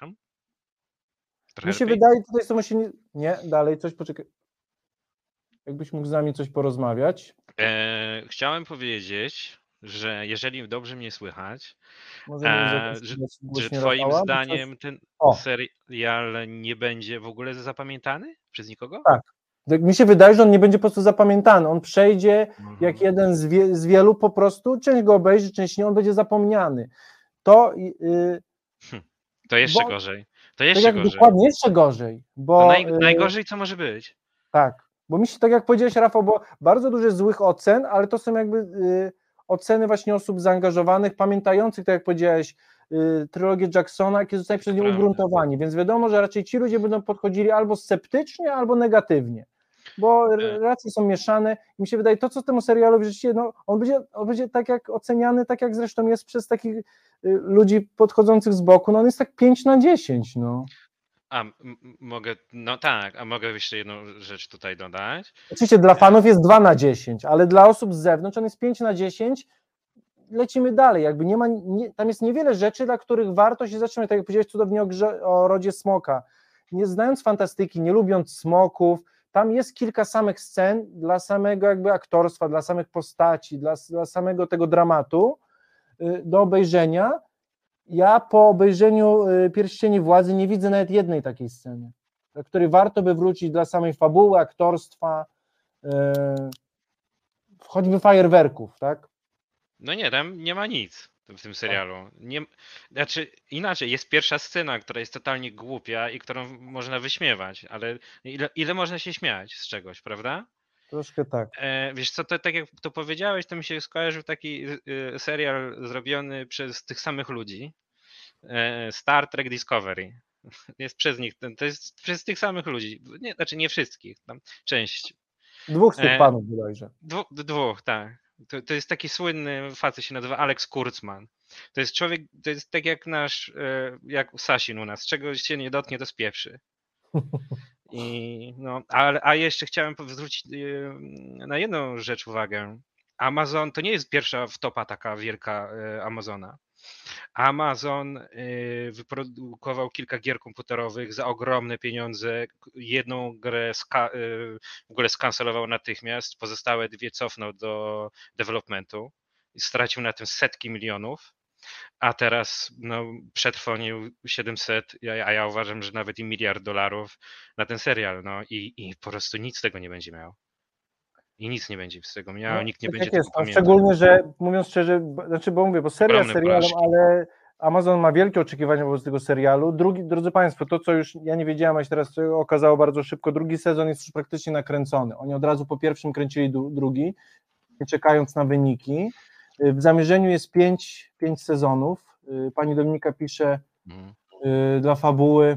Mi się wydaje, tutaj są się nie, dalej coś, poczekaj. Jakbyś mógł z nami coś porozmawiać. Chciałem powiedzieć, że jeżeli dobrze mnie słychać, że twoim zdaniem ten serial nie będzie w ogóle zapamiętany przez nikogo? Tak. Mi się wydaje, że on nie będzie po prostu zapamiętany. On przejdzie jak jeden z wielu, po prostu część go obejrzy, część nie, on będzie zapomniany. To jeszcze gorzej. To jeszcze gorzej. Dokładnie, jeszcze gorzej. Bo najgorzej, co może być. Tak, bo mi się, tak jak powiedziałeś, Rafał, bo bardzo dużo jest złych ocen, ale to są jakby oceny właśnie osób zaangażowanych, pamiętających, tak jak powiedziałeś, trylogię Jacksona, jakie zostali przez nią ugruntowani, więc wiadomo, że raczej ci ludzie będą podchodzili albo sceptycznie, albo negatywnie, bo racje są mieszane i mi się wydaje, to co temu serialowi rzeczywiście, no, on będzie tak jak oceniany, tak jak zresztą jest przez takich ludzi podchodzących z boku, no on jest tak 5 na 10, no. Mogę jeszcze jedną rzecz tutaj dodać. Oczywiście dla fanów jest 2 na 10, ale dla osób z zewnątrz on jest 5 na 10, lecimy dalej, jakby tam jest niewiele rzeczy, dla których warto się zatrzymać, tak jak powiedziałeś cudownie o Rodzie Smoka, nie znając fantastyki, nie lubiąc smoków, tam jest kilka samych scen dla samego jakby aktorstwa, dla samych postaci, dla samego tego dramatu do obejrzenia Ja po obejrzeniu Pierścieni Władzy nie widzę nawet jednej takiej sceny, do której warto by wrócić dla samej fabuły, aktorstwa, choćby fajerwerków, tak? No nie, tam nie ma nic w tym serialu. Nie, znaczy inaczej, jest pierwsza scena, która jest totalnie głupia i którą można wyśmiewać, ale ile można się śmiać z czegoś, prawda? Troszkę tak. Wiesz co, to tak jak to powiedziałeś, to mi się skojarzył taki serial zrobiony przez tych samych ludzi. Star Trek Discovery. Jest przez nich, to jest przez tych samych ludzi. Nie, znaczy nie wszystkich, tam część. Dwóch z tych panów bodajże. Dwóch, tak. To jest taki słynny facet, się nazywa Alex Kurtzman. To jest człowiek, to jest tak jak nasz, jak Sasin u nas, czegoś się nie dotknie, to spieprzy. A jeszcze chciałem zwrócić na jedną rzecz uwagę. Amazon to nie jest pierwsza wtopa taka wielka Amazona. Amazon wyprodukował kilka gier komputerowych za ogromne pieniądze. Jedną grę w ogóle skancelował natychmiast, pozostałe dwie cofnął do developmentu i stracił na tym setki milionów, a teraz przetrwonił 700, a ja uważam, że nawet i $1 miliard na ten serial, i po prostu nic z tego nie będzie miał. I nic nie będzie z tego miał, nikt nie będzie tego pamiętał. Szczególnie, że mówiąc szczerze, bo serial serialem, ale Amazon ma wielkie oczekiwania wobec tego serialu. Drodzy Państwo, to co już ja nie wiedziałem, a się teraz okazało bardzo szybko, drugi sezon jest już praktycznie nakręcony. Oni od razu po pierwszym kręcili drugi, czekając na wyniki. W zamierzeniu jest 5 sezonów. Pani Dominika pisze dla fabuły.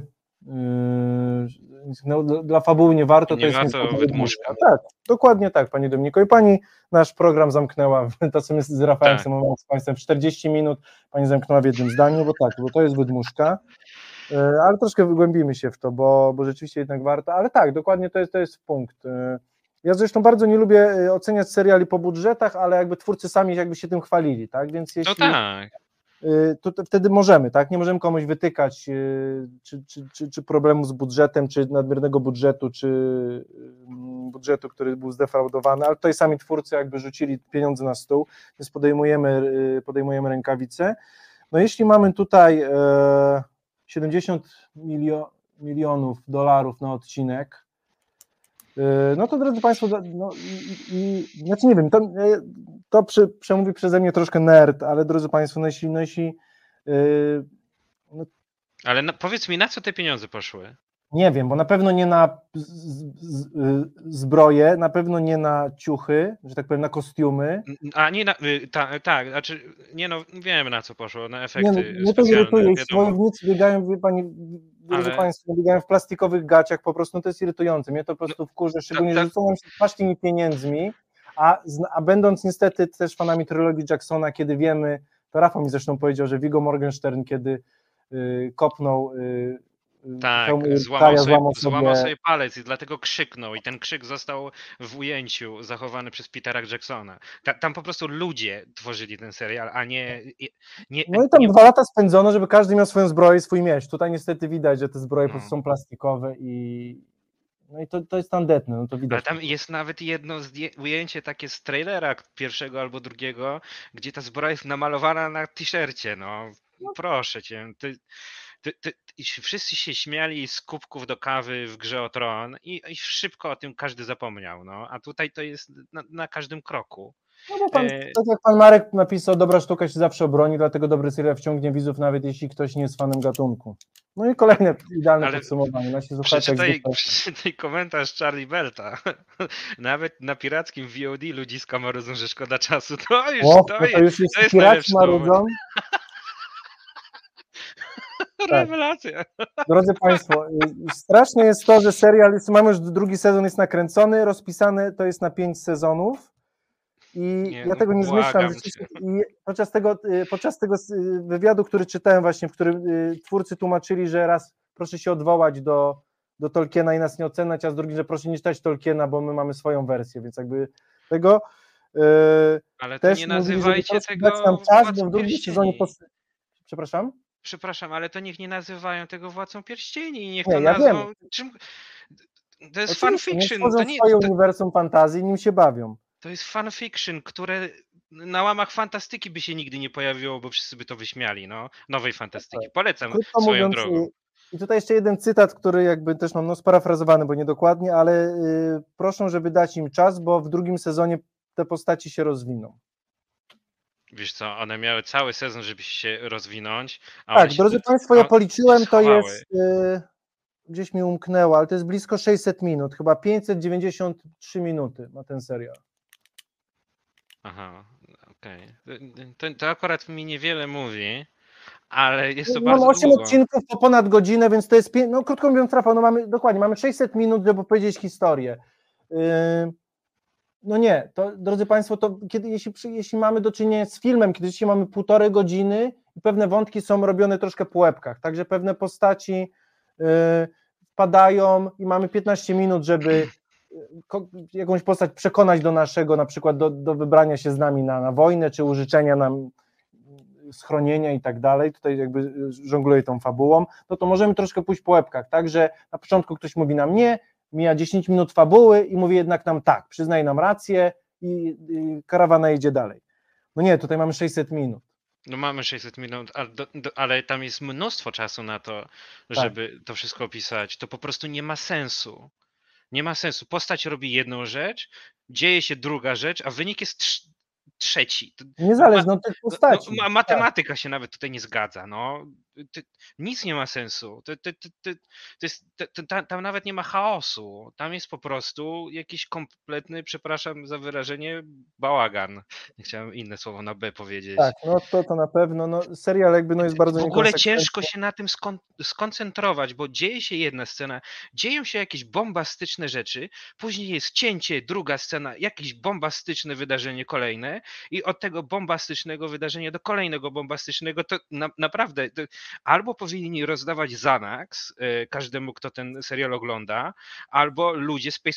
Dla fabuły nie warto. Nie warto wydmuszka. Tak, dokładnie tak, Pani Dominiko. I Pani nasz program zamknęła, to co my z Rafałem z Państwem, 40 minut Pani zamknęła w jednym zdaniu, bo to jest wydmuszka. Ale troszkę wygłębimy się w to, bo rzeczywiście jednak warto, ale tak, dokładnie to jest punkt. Ja zresztą bardzo nie lubię oceniać seriali po budżetach, ale jakby twórcy sami jakby się tym chwalili, tak? Więc jeśli... To wtedy możemy, tak? Nie możemy komuś wytykać czy problemu z budżetem, czy nadmiernego budżetu, czy budżetu, który był zdefraudowany, ale tutaj sami twórcy jakby rzucili pieniądze na stół, więc podejmujemy rękawice. No jeśli mamy tutaj 70 milionów dolarów na odcinek, no to drodzy Państwo, znaczy nie wiem, to przemówi przeze mnie troszkę nerd, ale drodzy Państwo, ale powiedz mi, na co te pieniądze poszły? Nie wiem, bo na pewno nie na zbroje, na pewno nie na ciuchy, że tak powiem, na kostiumy. A nie na, tak, znaczy, wiem na co poszło, na efekty mnie to irytuje, wojownicy biegają, wie Pani, drodzy Państwo, biegają w plastikowych gaciach, po prostu to jest irytujące, mnie to po prostu wkurza, szczególnie, że rzucą nam się płaskimi pieniędzmi, a będąc niestety też fanami trylogii Jacksona, kiedy wiemy, to Rafał mi zresztą powiedział, że Viggo Morgenstern, kiedy kopnął złamał sobie palec i dlatego krzyknął i ten krzyk został w ujęciu zachowany przez Petera Jacksona. Tam po prostu ludzie tworzyli ten serial, a nie... No i tam 2 lata spędzono, żeby każdy miał swoją zbroję i swój miecz. Tutaj niestety widać, że te zbroje po prostu są plastikowe i to jest tandetne, no to widać. Ale tam jest nawet jedno ujęcie takie z trailera pierwszego albo drugiego, gdzie ta zbroja jest namalowana na t-shircie, proszę Cię. Wszyscy się śmiali z kubków do kawy w Grze o Tron i szybko o tym każdy zapomniał, a tutaj to jest na każdym kroku. No bo tak jak pan Marek napisał, dobra sztuka się zawsze obroni, dlatego dobry serial wciągnie widzów, nawet jeśli ktoś nie jest fanem gatunku. No i kolejne idealne podsumowanie. Przeczytaj komentarz Charlie Belta. Nawet na pirackim VOD ludziska marudzą, że szkoda czasu. To już jest piraci marudzą. Rewelacja. Drodzy Państwo, straszne jest to, że serial, mamy już drugi sezon, jest nakręcony, rozpisany, to jest na 5 sezonów i ja tego nie zmyślam. I podczas tego wywiadu, który czytałem właśnie, w którym twórcy tłumaczyli, że raz proszę się odwołać do Tolkiena i nas nie oceniać, a z drugim, że proszę nie czytać Tolkiena, bo my mamy swoją wersję, więc jakby tego ale to nie nazywajcie tego w drugim sezonie Przepraszam, ale to niech nie nazywają tego Władcą Pierścieni. Niech to nazwą. To jest fanfiction. To nie jest swoje uniwersum fantazji, nim się bawią. To jest fanfiction, które na łamach fantastyki by się nigdy nie pojawiło, bo wszyscy by to wyśmiali, no. Nowej fantastyki. Polecam Krótko swoją mówiąc, drogą. i tutaj jeszcze jeden cytat, który jakby też mam sparafrazowany, bo niedokładnie, ale proszę, żeby dać im czas, bo w drugim sezonie te postaci się rozwiną. Wiesz co, one miały cały sezon, żeby się rozwinąć, a Tak, one się drodzy Państwo, ja policzyłem, to schowały. jest, gdzieś mi umknęło, ale to jest blisko 600 minut, chyba 593 minuty ma ten serial. Aha, okej. To akurat mi niewiele mówi, ale jest to Mam bardzo 8 długo. odcinków po ponad godzinę, więc to jest, no krótko mówiąc, Rafał, no mamy 600 minut, żeby powiedzieć historię. No nie, to drodzy Państwo, to jeśli mamy do czynienia z filmem, kiedy dzisiaj mamy 1,5 godziny i pewne wątki są robione troszkę po łebkach, także pewne postaci wpadają i mamy 15 minut, żeby jakąś postać przekonać do naszego, na przykład do wybrania się z nami na wojnę, czy użyczenia nam schronienia i tak dalej, tutaj jakby żongluję tą fabułą, no to możemy troszkę pójść po łebkach, tak, że na początku ktoś mówi nam nie, mija 10 minut fabuły i mówi jednak nam tak, przyznaje nam rację i karawana idzie dalej. No nie, tutaj mamy 600 minut. No mamy 600 minut, ale tam jest mnóstwo czasu na to, żeby to wszystko opisać. To po prostu nie ma sensu. Nie ma sensu. Postać robi jedną rzecz, dzieje się druga rzecz, a wynik jest trzeci. Niezależnie od tych postaci. Matematyka się nawet tutaj nie zgadza. No. Nic nie ma sensu. Tam nawet nie ma chaosu. Tam jest po prostu jakiś kompletny, przepraszam za wyrażenie, bałagan. Nie chciałem inne słowo na B powiedzieć. Tak, no to na pewno. No, serial jakby jest bardzo w ogóle ciężko się na tym skoncentrować, bo dzieje się jedna scena, dzieją się jakieś bombastyczne rzeczy, później jest cięcie, druga scena, jakieś bombastyczne wydarzenie kolejne i od tego bombastycznego wydarzenia do kolejnego bombastycznego, to naprawdę albo powinni rozdawać Xanax każdemu, kto ten serial ogląda, albo ludzie z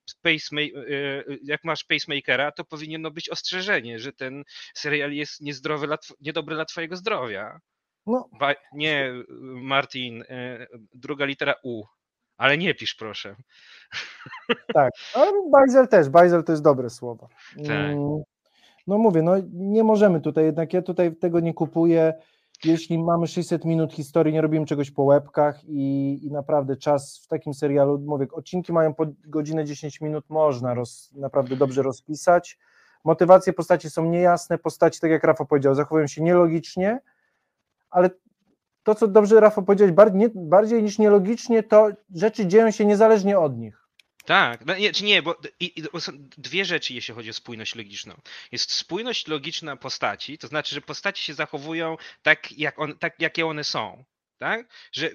jak masz pacemakera, to powinno być ostrzeżenie, że ten serial jest niedobry dla twojego zdrowia. No. Nie, Martin, druga litera U, ale nie pisz, proszę. Tak, ale Bajzel to jest dobre słowo. Tak. No mówię, no nie możemy tutaj, jednak ja tutaj tego nie kupuję. Jeśli mamy 600 minut historii, nie robimy czegoś po łebkach i naprawdę czas w takim serialu, mówię, odcinki mają po godzinę 10 minut, można naprawdę dobrze rozpisać. Motywacje postaci są niejasne, postaci, tak jak Rafał powiedział, zachowują się nielogicznie, ale to, co dobrze Rafał powiedziałeś, bardziej niż nielogicznie, to rzeczy dzieją się niezależnie od nich. Tak, bo są dwie rzeczy, jeśli chodzi o spójność logiczną. Jest spójność logiczna postaci, to znaczy, że postaci się zachowują tak, jakie one są. Tak? Że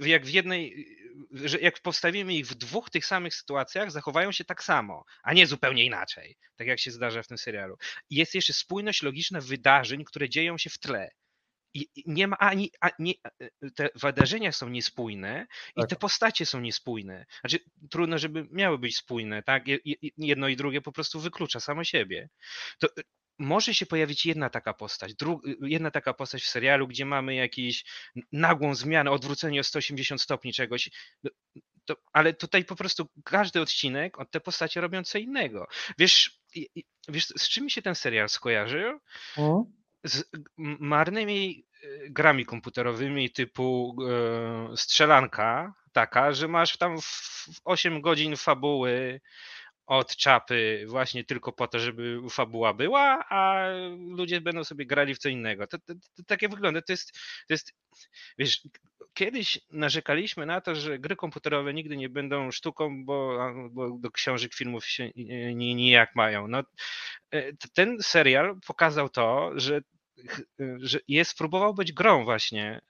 jak postawimy ich w dwóch tych samych sytuacjach, zachowają się tak samo, a nie zupełnie inaczej, tak jak się zdarza w tym serialu. Jest jeszcze spójność logiczna wydarzeń, które dzieją się w tle. I nie ma te wydarzenia są niespójne i te postacie są niespójne. Znaczy, trudno, żeby miały być spójne, tak? Jedno i drugie po prostu wyklucza samo siebie. To może się pojawić jedna taka postać w serialu, gdzie mamy jakąś nagłą zmianę, odwrócenie o 180 stopni czegoś, ale tutaj po prostu każdy odcinek od te postacie robią co innego. Wiesz, z czym mi się ten serial skojarzył? Z marnymi grami komputerowymi typu strzelanka, taka, że masz tam 8 godzin fabuły od czapy właśnie tylko po to, żeby fabuła była, a ludzie będą sobie grali w co innego. To takie wygląda. To jest, wiesz, kiedyś narzekaliśmy na to, że gry komputerowe nigdy nie będą sztuką, bo do książek, filmów się nijak mają. No, ten serial pokazał to, że próbował być grą właśnie,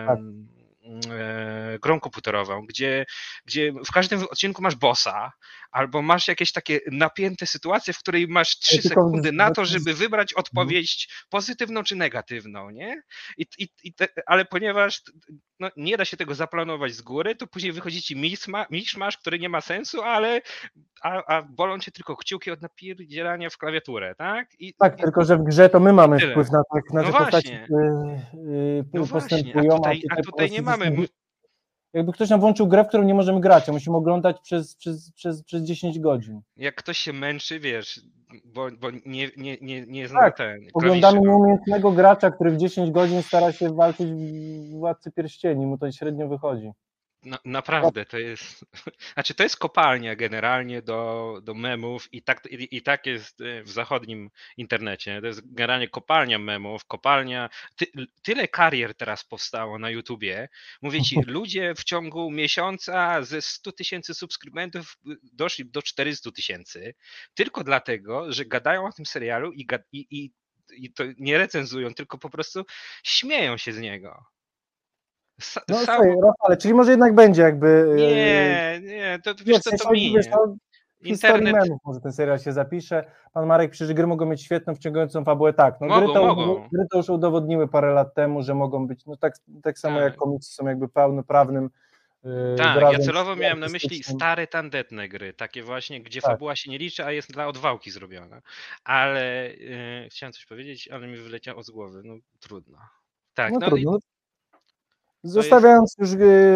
grą komputerową, gdzie w każdym odcinku masz bossa, albo masz jakieś takie napięte sytuacje, w której masz 3 sekundy na to, żeby wybrać odpowiedź pozytywną czy negatywną, nie? Ale ponieważ nie da się tego zaplanować z góry, to później wychodzi ci miszmasz, który nie ma sensu, a bolą cię tylko kciuki od napierdzielania w klawiaturę, tak? Tylko że w grze to my mamy tyle. wpływ na to, jak nasze postaci postępują. A tutaj nie mamy. jakby ktoś nam włączył grę, w którą nie możemy grać, a musimy oglądać przez 10 godzin. Jak ktoś się męczy, wiesz, bo nie zna Tak, ten oglądamy klawiszy, no. nieumiejętnego gracza, który w 10 godzin stara się walczyć w Władcy Pierścieni, mu to średnio wychodzi. Naprawdę, to jest, znaczy to jest kopalnia generalnie do memów i tak jest w zachodnim internecie. To jest generalnie kopalnia memów, tyle karier teraz powstało na YouTubie. Mówię ci, ludzie w ciągu miesiąca ze 100 000 subskrybentów doszli do 400 000, tylko dlatego, że gadają o tym serialu i to nie recenzują, tylko po prostu śmieją się z niego. No słuchaj, Rafale, czyli może jednak będzie jakby... Nie, to wiesz co, to minie. W historii memów może ten serial się zapisze. Pan Marek pisze, że gry mogą mieć świetną, wciągającą fabułę. Tak, no mogą. Gry to już udowodniły parę lat temu, że mogą być, no tak samo jak komiksy są jakby pełnoprawnym ja celowo miałem na myśli stare tandetne gry, takie właśnie, gdzie fabuła się nie liczy, a jest dla odwałki zrobiona. Ale chciałem coś powiedzieć, ale mi wyleciało z głowy, no trudno. Tak, no trudno. Zostawiając już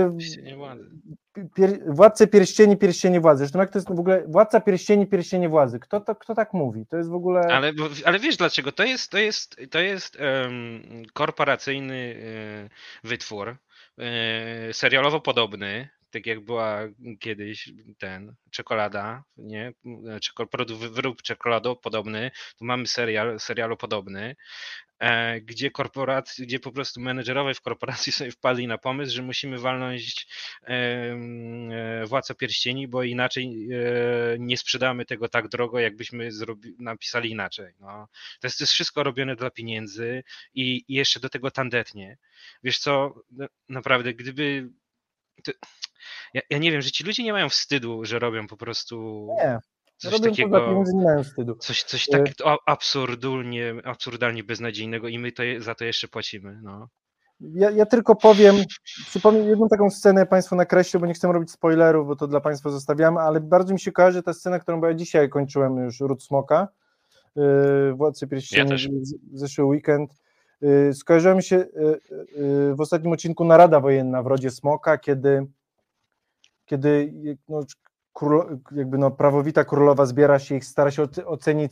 Władcę Pierścieni, Pierścienie Władzy. Zresztą jak to jest w ogóle Władca Pierścieni, Pierścienie Władzy? Kto tak mówi? To jest w ogóle... Ale wiesz dlaczego? To jest korporacyjny wytwór, serialowo podobny, tak jak była kiedyś czekolada, nie? Wyrób czekoladą podobny, tu mamy serialu podobny, gdzie po prostu menedżerowie w korporacji sobie wpadli na pomysł, że musimy walnąć Władcę Pierścieni, bo inaczej nie sprzedamy tego tak drogo, jakbyśmy napisali inaczej. No. To jest wszystko robione dla pieniędzy i jeszcze do tego tandetnie. Wiesz co, naprawdę, gdyby... Ja nie wiem, że ci ludzie nie mają wstydu, że robią po prostu... Nie. Coś takiego, nie mają wstydu. Coś takiego absurdalnie beznadziejnego i my za to jeszcze płacimy. No. Ja tylko powiem, przypomnę jedną taką scenę Państwu nakreślę, bo nie chcę robić spoilerów, bo to dla Państwa zostawiamy, ale bardzo mi się kojarzy ta scena, którą ja dzisiaj kończyłem już, Ród Smoka, Władcy Pierścieni, zeszły weekend. Skojarzyła mi się w ostatnim odcinku narada wojenna w Rodzie Smoka, kiedy prawowita królowa zbiera się i stara się ocenić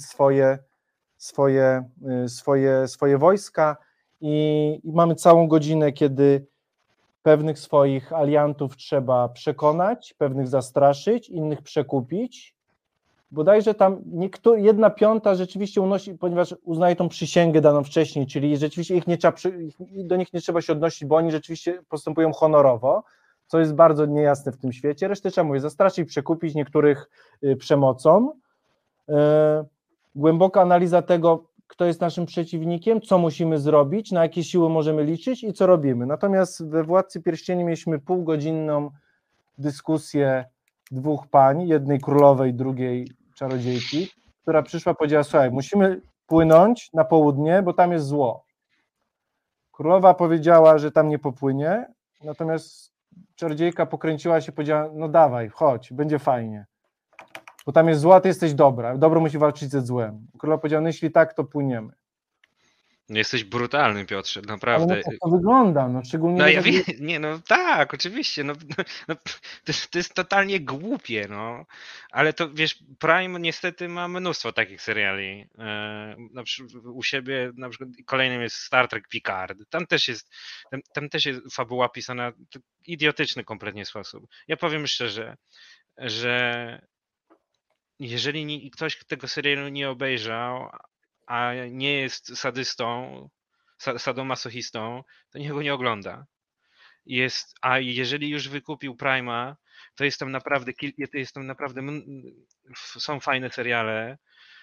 swoje wojska i mamy całą godzinę, kiedy pewnych swoich aliantów trzeba przekonać, pewnych zastraszyć, innych przekupić. Bodajże tam 1/5 rzeczywiście unosi, ponieważ uznaje tą przysięgę daną wcześniej, czyli rzeczywiście do nich nie trzeba się odnosić, bo oni rzeczywiście postępują honorowo, co jest bardzo niejasne w tym świecie. Resztę trzeba zastraszyć, przekupić, niektórych przemocą. Głęboka analiza tego, kto jest naszym przeciwnikiem, co musimy zrobić, na jakie siły możemy liczyć i co robimy. Natomiast we Władcy Pierścieni mieliśmy półgodzinną dyskusję dwóch pań, jednej królowej, drugiej czarodziejki, która przyszła, powiedziała: słuchaj, musimy płynąć na południe, bo tam jest zło. Królowa powiedziała, że tam nie popłynie, natomiast czarodziejka pokręciła się, powiedziała: no dawaj, chodź, będzie fajnie, bo tam jest zło, a ty jesteś dobra, dobro musi walczyć ze złem. Królowa powiedziała: no jeśli tak, to płyniemy. Jesteś brutalny, Piotrze, naprawdę. Ale to wygląda, no szczególnie... No ja wiem, tak, oczywiście, to jest totalnie głupie, no. Ale to, wiesz, Prime niestety ma mnóstwo takich seriali. Na przykład u siebie, na przykład kolejnym jest Star Trek Picard. Tam też jest fabuła pisana w idiotyczny kompletnie sposób. Ja powiem szczerze, że jeżeli ktoś tego serialu nie obejrzał, a nie jest sadystą, sadomasochistą, to niech go nie ogląda. A jeżeli już wykupił Prime'a, to jest tam naprawdę są fajne seriale.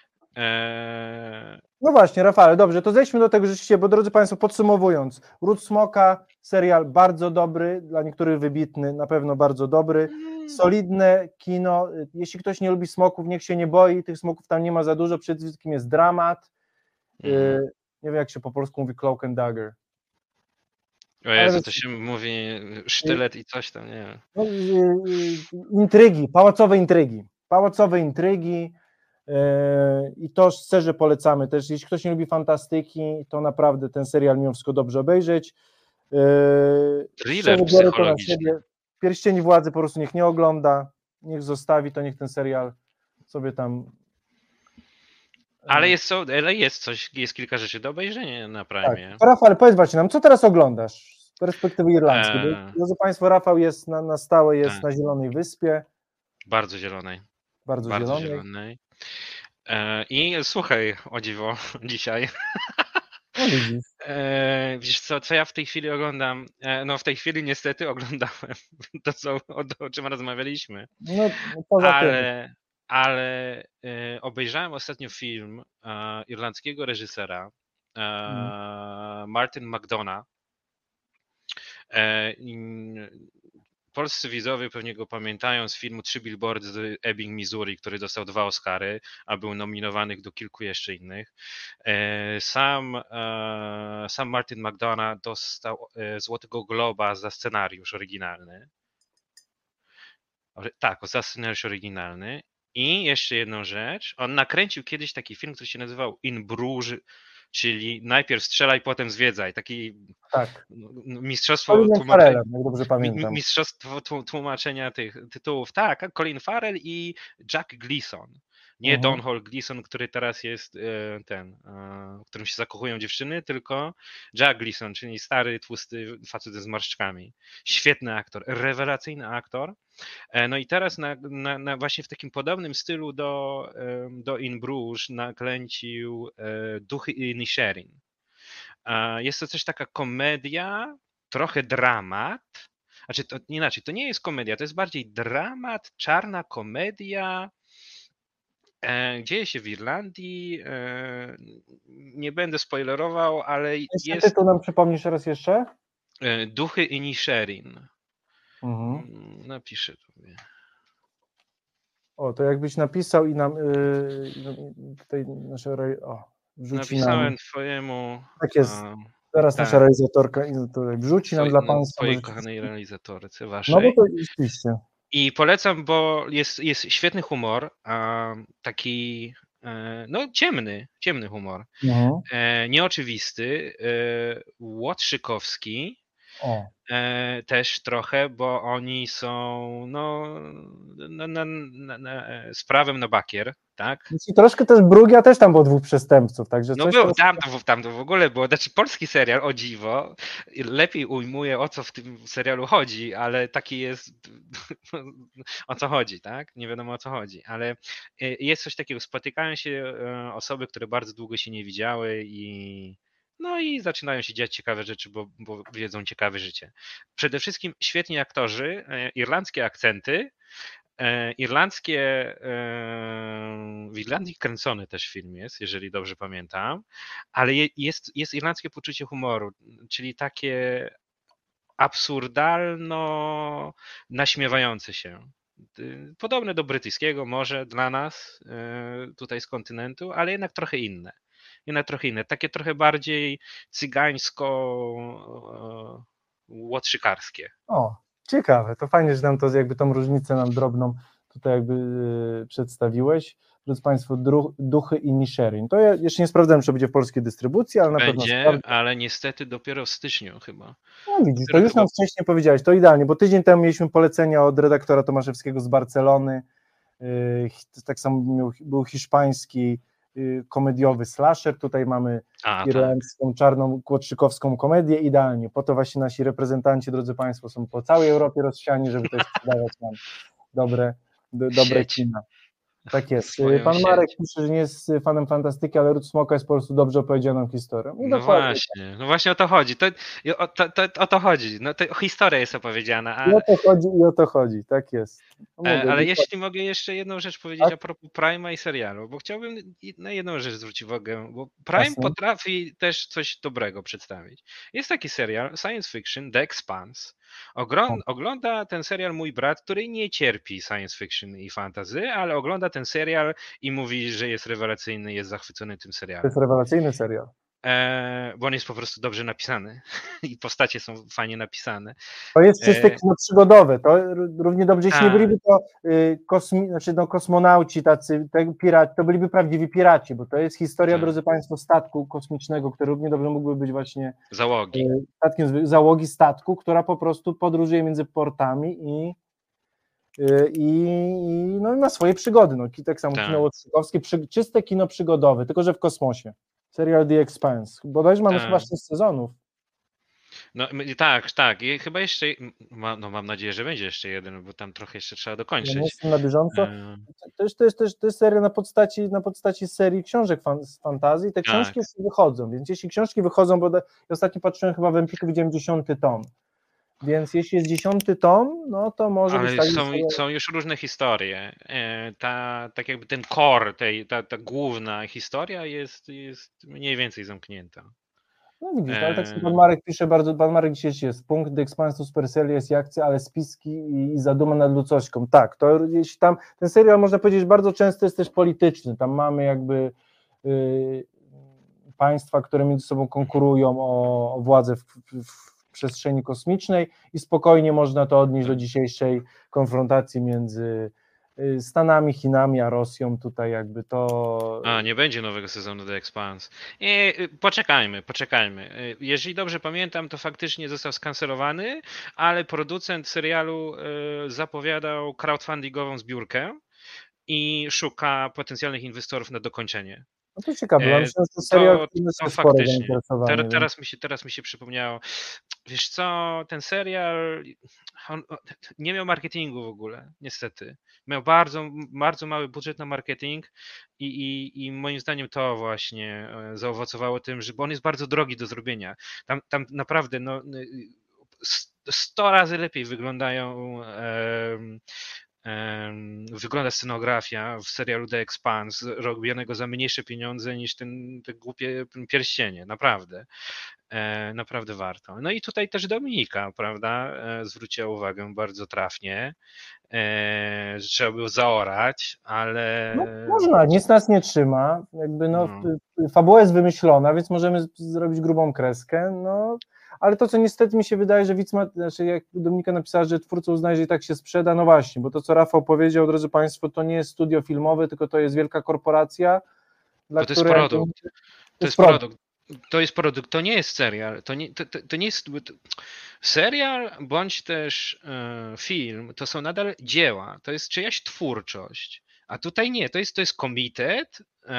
No właśnie, Rafale, dobrze, to zejdźmy do tego rzeczywiście, bo drodzy Państwo, podsumowując, Ród Smoka, serial bardzo dobry, dla niektórych wybitny, na pewno bardzo dobry, solidne kino, jeśli ktoś nie lubi smoków, niech się nie boi, tych smoków tam nie ma za dużo, przede wszystkim jest dramat, nie wiem jak się po polsku mówi, cloak and dagger. O Jezu, to się mówi sztylet i coś tam, nie wiem. No, pałacowe intrygi i to szczerze polecamy też, jeśli ktoś nie lubi fantastyki, to naprawdę ten serial mimo wszystko dobrze obejrzeć. Thriller psychologiczny. Pierścieni Władzy po prostu niech nie ogląda, niech zostawi, to niech ten serial sobie tam... Ale jest coś, jest kilka rzeczy do obejrzenia na Tak. Prime. To Rafał, powiedz właśnie nam, co teraz oglądasz z perspektywy irlandzkiej? Bo, Eee. drodzy Państwo, Rafał jest na stałe, jest Tak. na Zielonej Wyspie, Bardzo zielonej. bardzo zielonej. zielonej. I słuchaj, o dziwo, dzisiaj. No widzisz. Wiesz co ja w tej chwili oglądam? No w tej chwili niestety oglądałem to, o czym rozmawialiśmy. No poza tym. Ale obejrzałem ostatnio film irlandzkiego reżysera Martin McDonagh. Polscy widzowie pewnie go pamiętają z filmu 3 Billboards z Ebbing, Missouri, który dostał 2 Oscary, a był nominowany do kilku jeszcze innych. Sam Martin McDonagh dostał Złotego Globa za scenariusz oryginalny. Tak, za scenariusz oryginalny. I jeszcze jedną rzecz, on nakręcił kiedyś taki film, który się nazywał In Bruges, czyli najpierw strzelaj, potem zwiedzaj. Taki Tak. mistrzostwo Farrellem, jak dobrze pamiętam. mistrzostwo tłumaczenia tych tytułów. Tak, Colin Farrell i Jack Gleeson. Nie Don Hall Gleeson, który teraz jest w którym się zakochują dziewczyny, tylko Jack Gleeson, czyli stary, tłusty facet ze zmarszczkami. Świetny aktor, rewelacyjny aktor. No i teraz właśnie w takim podobnym stylu do In Bruges nakręcił Duchy Inisherin. Jest to też taka komedia, trochę dramat. Znaczy to inaczej, to nie jest komedia, to jest bardziej dramat, czarna komedia. Dzieje się w Irlandii. Nie będę spoilerował, ale jest. Tytuł nam przypomnisz raz jeszcze? Duchy Inisherin. Napiszę tobie. O, to jakbyś napisał i nam tutaj nasze wrzuci Napisałem nam. twojemu. Tak jest. Zaraz nasza realizatorka tutaj wrzuci nam dla Państwa. Twojej kochanej realizatorce waszej. No bo to rzeczywiście. I polecam, bo jest świetny humor, taki ciemny humor, nieoczywisty, łotrzykowski, też trochę, bo oni są z prawem na bakier, tak? I troszkę też Brugia też tam było 2 przestępców, także No coś był, tam to w ogóle było, znaczy polski serial, o dziwo, lepiej ujmuje, o co w tym serialu chodzi, ale taki jest, o co chodzi, tak? Nie wiadomo, o co chodzi, ale jest coś takiego, spotykają się osoby, które bardzo długo się nie widziały i zaczynają się dziać ciekawe rzeczy, bo wiedzą ciekawe życie. Przede wszystkim świetni aktorzy, irlandzkie akcenty, w Irlandii kręcony też film jest, jeżeli dobrze pamiętam, ale jest irlandzkie poczucie humoru, czyli takie absurdalno naśmiewające się. Podobne do brytyjskiego może dla nas tutaj z kontynentu, ale jednak trochę inne. Takie trochę bardziej cygańsko-łotrzykarskie. O, ciekawe, to fajnie, że nam to jakby tą różnicę nam drobną tutaj jakby przedstawiłeś. Drodzy Państwo, Duchy Inisherin. To ja jeszcze nie sprawdzałem, czy będzie w polskiej dystrybucji, ale na pewno będzie, ale niestety dopiero w styczniu chyba. No widzisz, to już nam wcześniej powiedziałeś, to idealnie, bo tydzień temu mieliśmy polecenia od redaktora Tomaszewskiego z Barcelony, tak samo był hiszpański komediowy slasher, tutaj mamy irlandzką, czarną, kłotrzykowską komedię, idealnie, po to właśnie nasi reprezentanci, drodzy Państwo, są po całej Europie rozsiani, żeby też sprzedawać nam dobre kina. Tak jest. Pan Marek pisze, że nie jest fanem fantastyki, ale Ród Smoka jest po prostu dobrze opowiedzianą historią. No właśnie o to chodzi. O to chodzi. No to historia jest opowiedziana. I o to chodzi, tak jest. Ale jeśli mogę jeszcze jedną rzecz powiedzieć a propos Prime'a i serialu, bo chciałbym na jedną rzecz zwrócić uwagę, bo Prime potrafi też coś dobrego przedstawić. Jest taki serial science fiction, The Expanse. Ogląda ten serial mój brat, który nie cierpi science fiction i fantasy, ale ogląda ten serial i mówi, że jest rewelacyjny, jest zachwycony tym serialem. To jest rewelacyjny serial. bo on jest po prostu dobrze napisany i postacie są fajnie napisane. To jest czyste kino przygodowe, to równie dobrze, jeśli nie Tak. byliby to kosmonauci, tacy piraci, to byliby prawdziwi piraci, bo to jest historia, Tak. drodzy Państwo, statku kosmicznego, który równie dobrze mógłby być właśnie Załogi. statkiem załogi statku, która po prostu podróżuje między portami i no, na swoje przygody. No, tak samo Tak. kino łotrzykowskie, czyste kino przygodowe, tylko że w kosmosie. Serial The Expanse. Bodajże mamy Tak. chyba 6 sezonów. No tak. I chyba jeszcze, mam nadzieję, że będzie jeszcze jeden, bo tam trochę jeszcze trzeba Ja dokończyć. nie jestem na bieżąco. E, To jest seria na podstaci serii książek z fantazji. Te książki już wychodzą, więc jeśli książki wychodzą, bo ja ostatnio patrzyłem, chyba w Empiku widziałem 10. tom. Więc jeśli jest 10. tom, no to może być Ale tak. są już różne historie. Tak jakby ten core, ta główna historia jest mniej więcej zamknięta. No widzisz, ale tak sobie pan Marek pisze pan Marek dzisiaj jest punkt The Expanse Supercell jest akcja, ale spiski i zaduma nad ludzkością. Tak, to jeśli tam, ten serial można powiedzieć bardzo często jest też polityczny, tam mamy jakby państwa, które między sobą konkurują o władzę w przestrzeni kosmicznej i spokojnie można to odnieść do dzisiejszej konfrontacji między Stanami, Chinami, a Rosją. Tutaj jakby to... Nie będzie nowego sezonu The Expanse. Poczekajmy. Jeżeli dobrze pamiętam, to faktycznie został skancelowany, ale producent serialu zapowiadał crowdfundingową zbiórkę i szuka potencjalnych inwestorów na dokończenie. No to ciekawe, myślę, że to serial, to faktycznie. Teraz mi się przypomniało. Wiesz co, ten serial on nie miał marketingu w ogóle, niestety. Miał bardzo mały budżet na marketing i moim zdaniem to właśnie zaowocowało tym, że bo on jest bardzo drogi do zrobienia. Tam naprawdę 100 razy lepiej wygląda scenografia w serialu The Expanse, robionego za mniejsze pieniądze niż te głupie pierścienie, naprawdę warto. No i tutaj też Dominika, prawda, zwróciła uwagę bardzo trafnie, że trzeba było zaorać, ale... No, można, nic nas nie trzyma, jakby fabuła jest wymyślona, więc możemy zrobić grubą kreskę, ale to, co niestety mi się wydaje, że widz jak Dominika napisała, że twórca uznaje, że i tak się sprzeda, no właśnie, bo to, co Rafał powiedział, drodzy Państwo, to nie jest studio filmowe, tylko to jest wielka korporacja, dla to jest której... produkt. To jest produkt. To jest produkt, to nie jest serial, to nie jest serial bądź też film, to są nadal dzieła, to jest czyjaś twórczość, a tutaj nie, to jest komitet,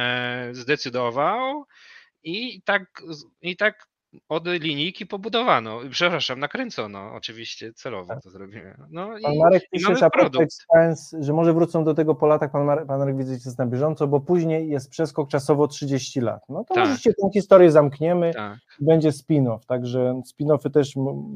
zdecydował i tak od linijki pobudowano, nakręcono, oczywiście celowo to zrobiłem. Pan Marek pisze, że może wrócą do tego po latach, pan Marek widzę, że jest na bieżąco, bo później jest przeskok czasowo 30 lat. No to oczywiście tę historię zamkniemy, będzie spin-off, także spin-offy też,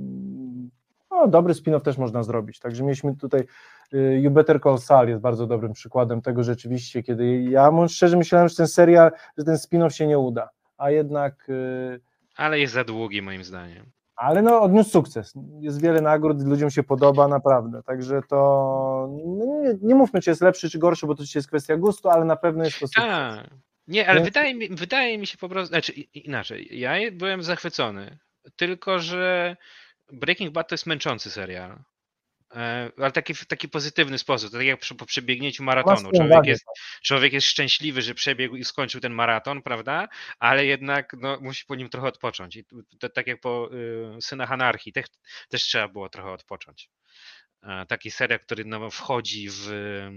dobry spin-off też można zrobić, także mieliśmy tutaj You Better Call Saul jest bardzo dobrym przykładem tego rzeczywiście, kiedy ja szczerze myślałem, że ten serial, że ten spin-off się nie uda, a jednak... Ale jest za długi moim zdaniem. Ale odniósł sukces. Jest wiele nagród, ludziom się podoba, naprawdę. Także to nie mówmy, czy jest lepszy, czy gorszy, bo to jest kwestia gustu, ale na pewno jest to sukces. Nie, ale wydaje mi się po prostu, znaczy inaczej, ja byłem zachwycony, tylko że Breaking Bad to jest męczący serial. Ale w taki pozytywny sposób, tak jak po przebiegnięciu maratonu. Człowiek jest szczęśliwy, że przebiegł i skończył ten maraton, prawda? Ale jednak musi po nim trochę odpocząć. I to, tak jak po Synach Anarchii, też trzeba było trochę odpocząć. Taki serial, który wchodzi w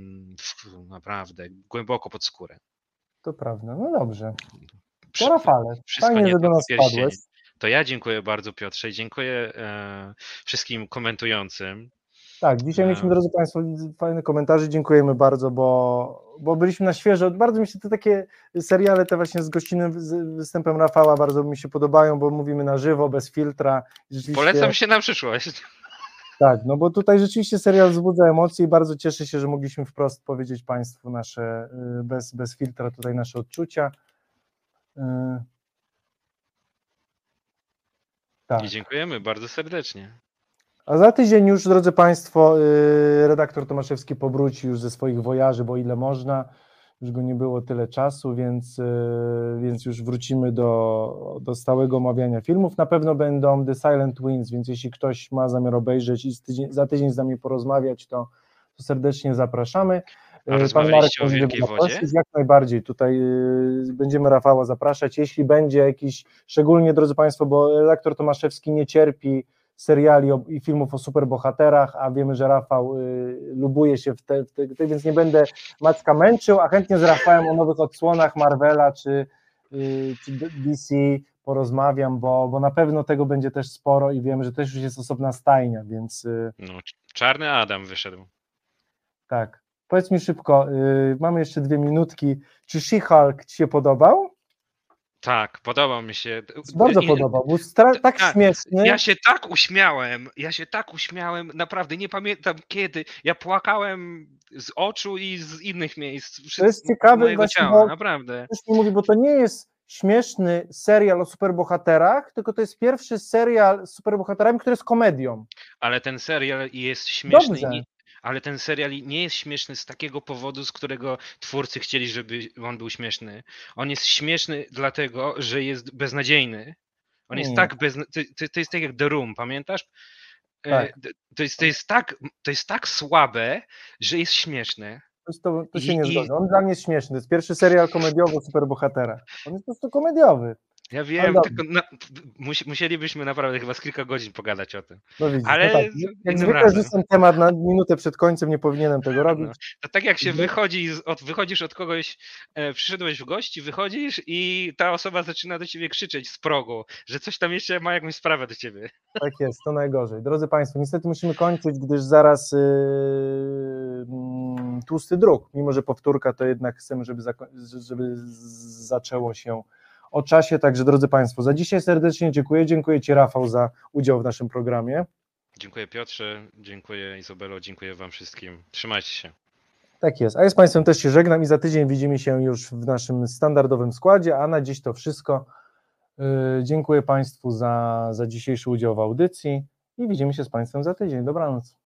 naprawdę głęboko pod skórę. To prawda, no dobrze. To Rafale, fajnie, że do nas wpadłeś. To ja dziękuję bardzo, Piotrze, i dziękuję wszystkim komentującym. Tak, dzisiaj mieliśmy, drodzy Państwo, fajne komentarze, dziękujemy bardzo, bo byliśmy na świeżo. Bardzo mi się te takie seriale, te właśnie z gościnnym występem Rafała bardzo mi się podobają, bo mówimy na żywo, bez filtra. Polecam się na przyszłość. Tak, bo tutaj rzeczywiście serial wzbudza emocje i bardzo cieszę się, że mogliśmy wprost powiedzieć Państwu nasze, bez filtra tutaj nasze odczucia. Tak. I dziękujemy bardzo serdecznie. A za tydzień już, drodzy Państwo, redaktor Tomaszewski powróci już ze swoich wojaży, bo ile można. już go nie było tyle czasu, więc już wrócimy do stałego omawiania filmów. Na pewno będą The Silent Twins, więc jeśli ktoś ma zamiar obejrzeć i za tydzień z nami porozmawiać, to serdecznie zapraszamy. A rozmawialiście o Wielkiej Wodzie? Jak najbardziej, tutaj będziemy Rafała zapraszać, jeśli będzie jakiś, szczególnie drodzy Państwo, bo redaktor Tomaszewski nie cierpi seriali i filmów o superbohaterach, a wiemy, że Rafał lubuje się w te, więc nie będę Macka męczył, a chętnie z Rafałem o nowych odsłonach Marvela czy DC porozmawiam, bo na pewno tego będzie też sporo i wiem, że też już jest osobna stajnia, więc... No, Czarny Adam wyszedł. Tak. Powiedz mi szybko, mamy jeszcze 2 minutki, czy She-Hulk Ci się podobał? Tak, podobał mi się. Bardzo podobał, był tak śmieszny. Ja się tak uśmiałem, naprawdę nie pamiętam kiedy. Ja płakałem z oczu i z innych miejsc. To jest ciekawe właśnie, ciała, naprawdę. Ktoś mi mówi, bo to nie jest śmieszny serial o superbohaterach, tylko to jest pierwszy serial z superbohaterami, który jest komedią. Ale ten serial jest śmieszny. Dobrze. Ale ten serial nie jest śmieszny z takiego powodu, z którego twórcy chcieli, żeby on był śmieszny. On jest śmieszny dlatego, że jest beznadziejny. On jest tak to jest tak jak The Room, pamiętasz? Tak. To jest tak słabe, że jest śmieszne. To się nie zgodzę. On dla mnie jest śmieszny. To jest pierwszy serial komediowy o superbohaterach. On jest po prostu komediowy. Ja wiem, tylko musielibyśmy naprawdę chyba z kilka godzin pogadać o tym. No widzisz, ale no tak. Jak zwykle rzucam temat na minutę przed końcem, nie powinienem tego robić. No, to tak jak się wychodzisz od kogoś, przyszedłeś w gości, wychodzisz i ta osoba zaczyna do ciebie krzyczeć z progu, że coś tam jeszcze ma jakąś sprawę do ciebie. Tak jest, to najgorzej. Drodzy Państwo, niestety musimy kończyć, gdyż zaraz tłusty druk, mimo że powtórka, to jednak chcemy, żeby zaczęło się o czasie, także drodzy Państwo, za dzisiaj serdecznie dziękuję. Dziękuję Ci, Rafał, za udział w naszym programie. Dziękuję Piotrze, dziękuję Izabelo, dziękuję Wam wszystkim. Trzymajcie się. Tak jest, a ja z Państwem też się żegnam i za tydzień widzimy się już w naszym standardowym składzie, a na dziś to wszystko. Dziękuję Państwu za dzisiejszy udział w audycji i widzimy się z Państwem za tydzień. Dobranoc.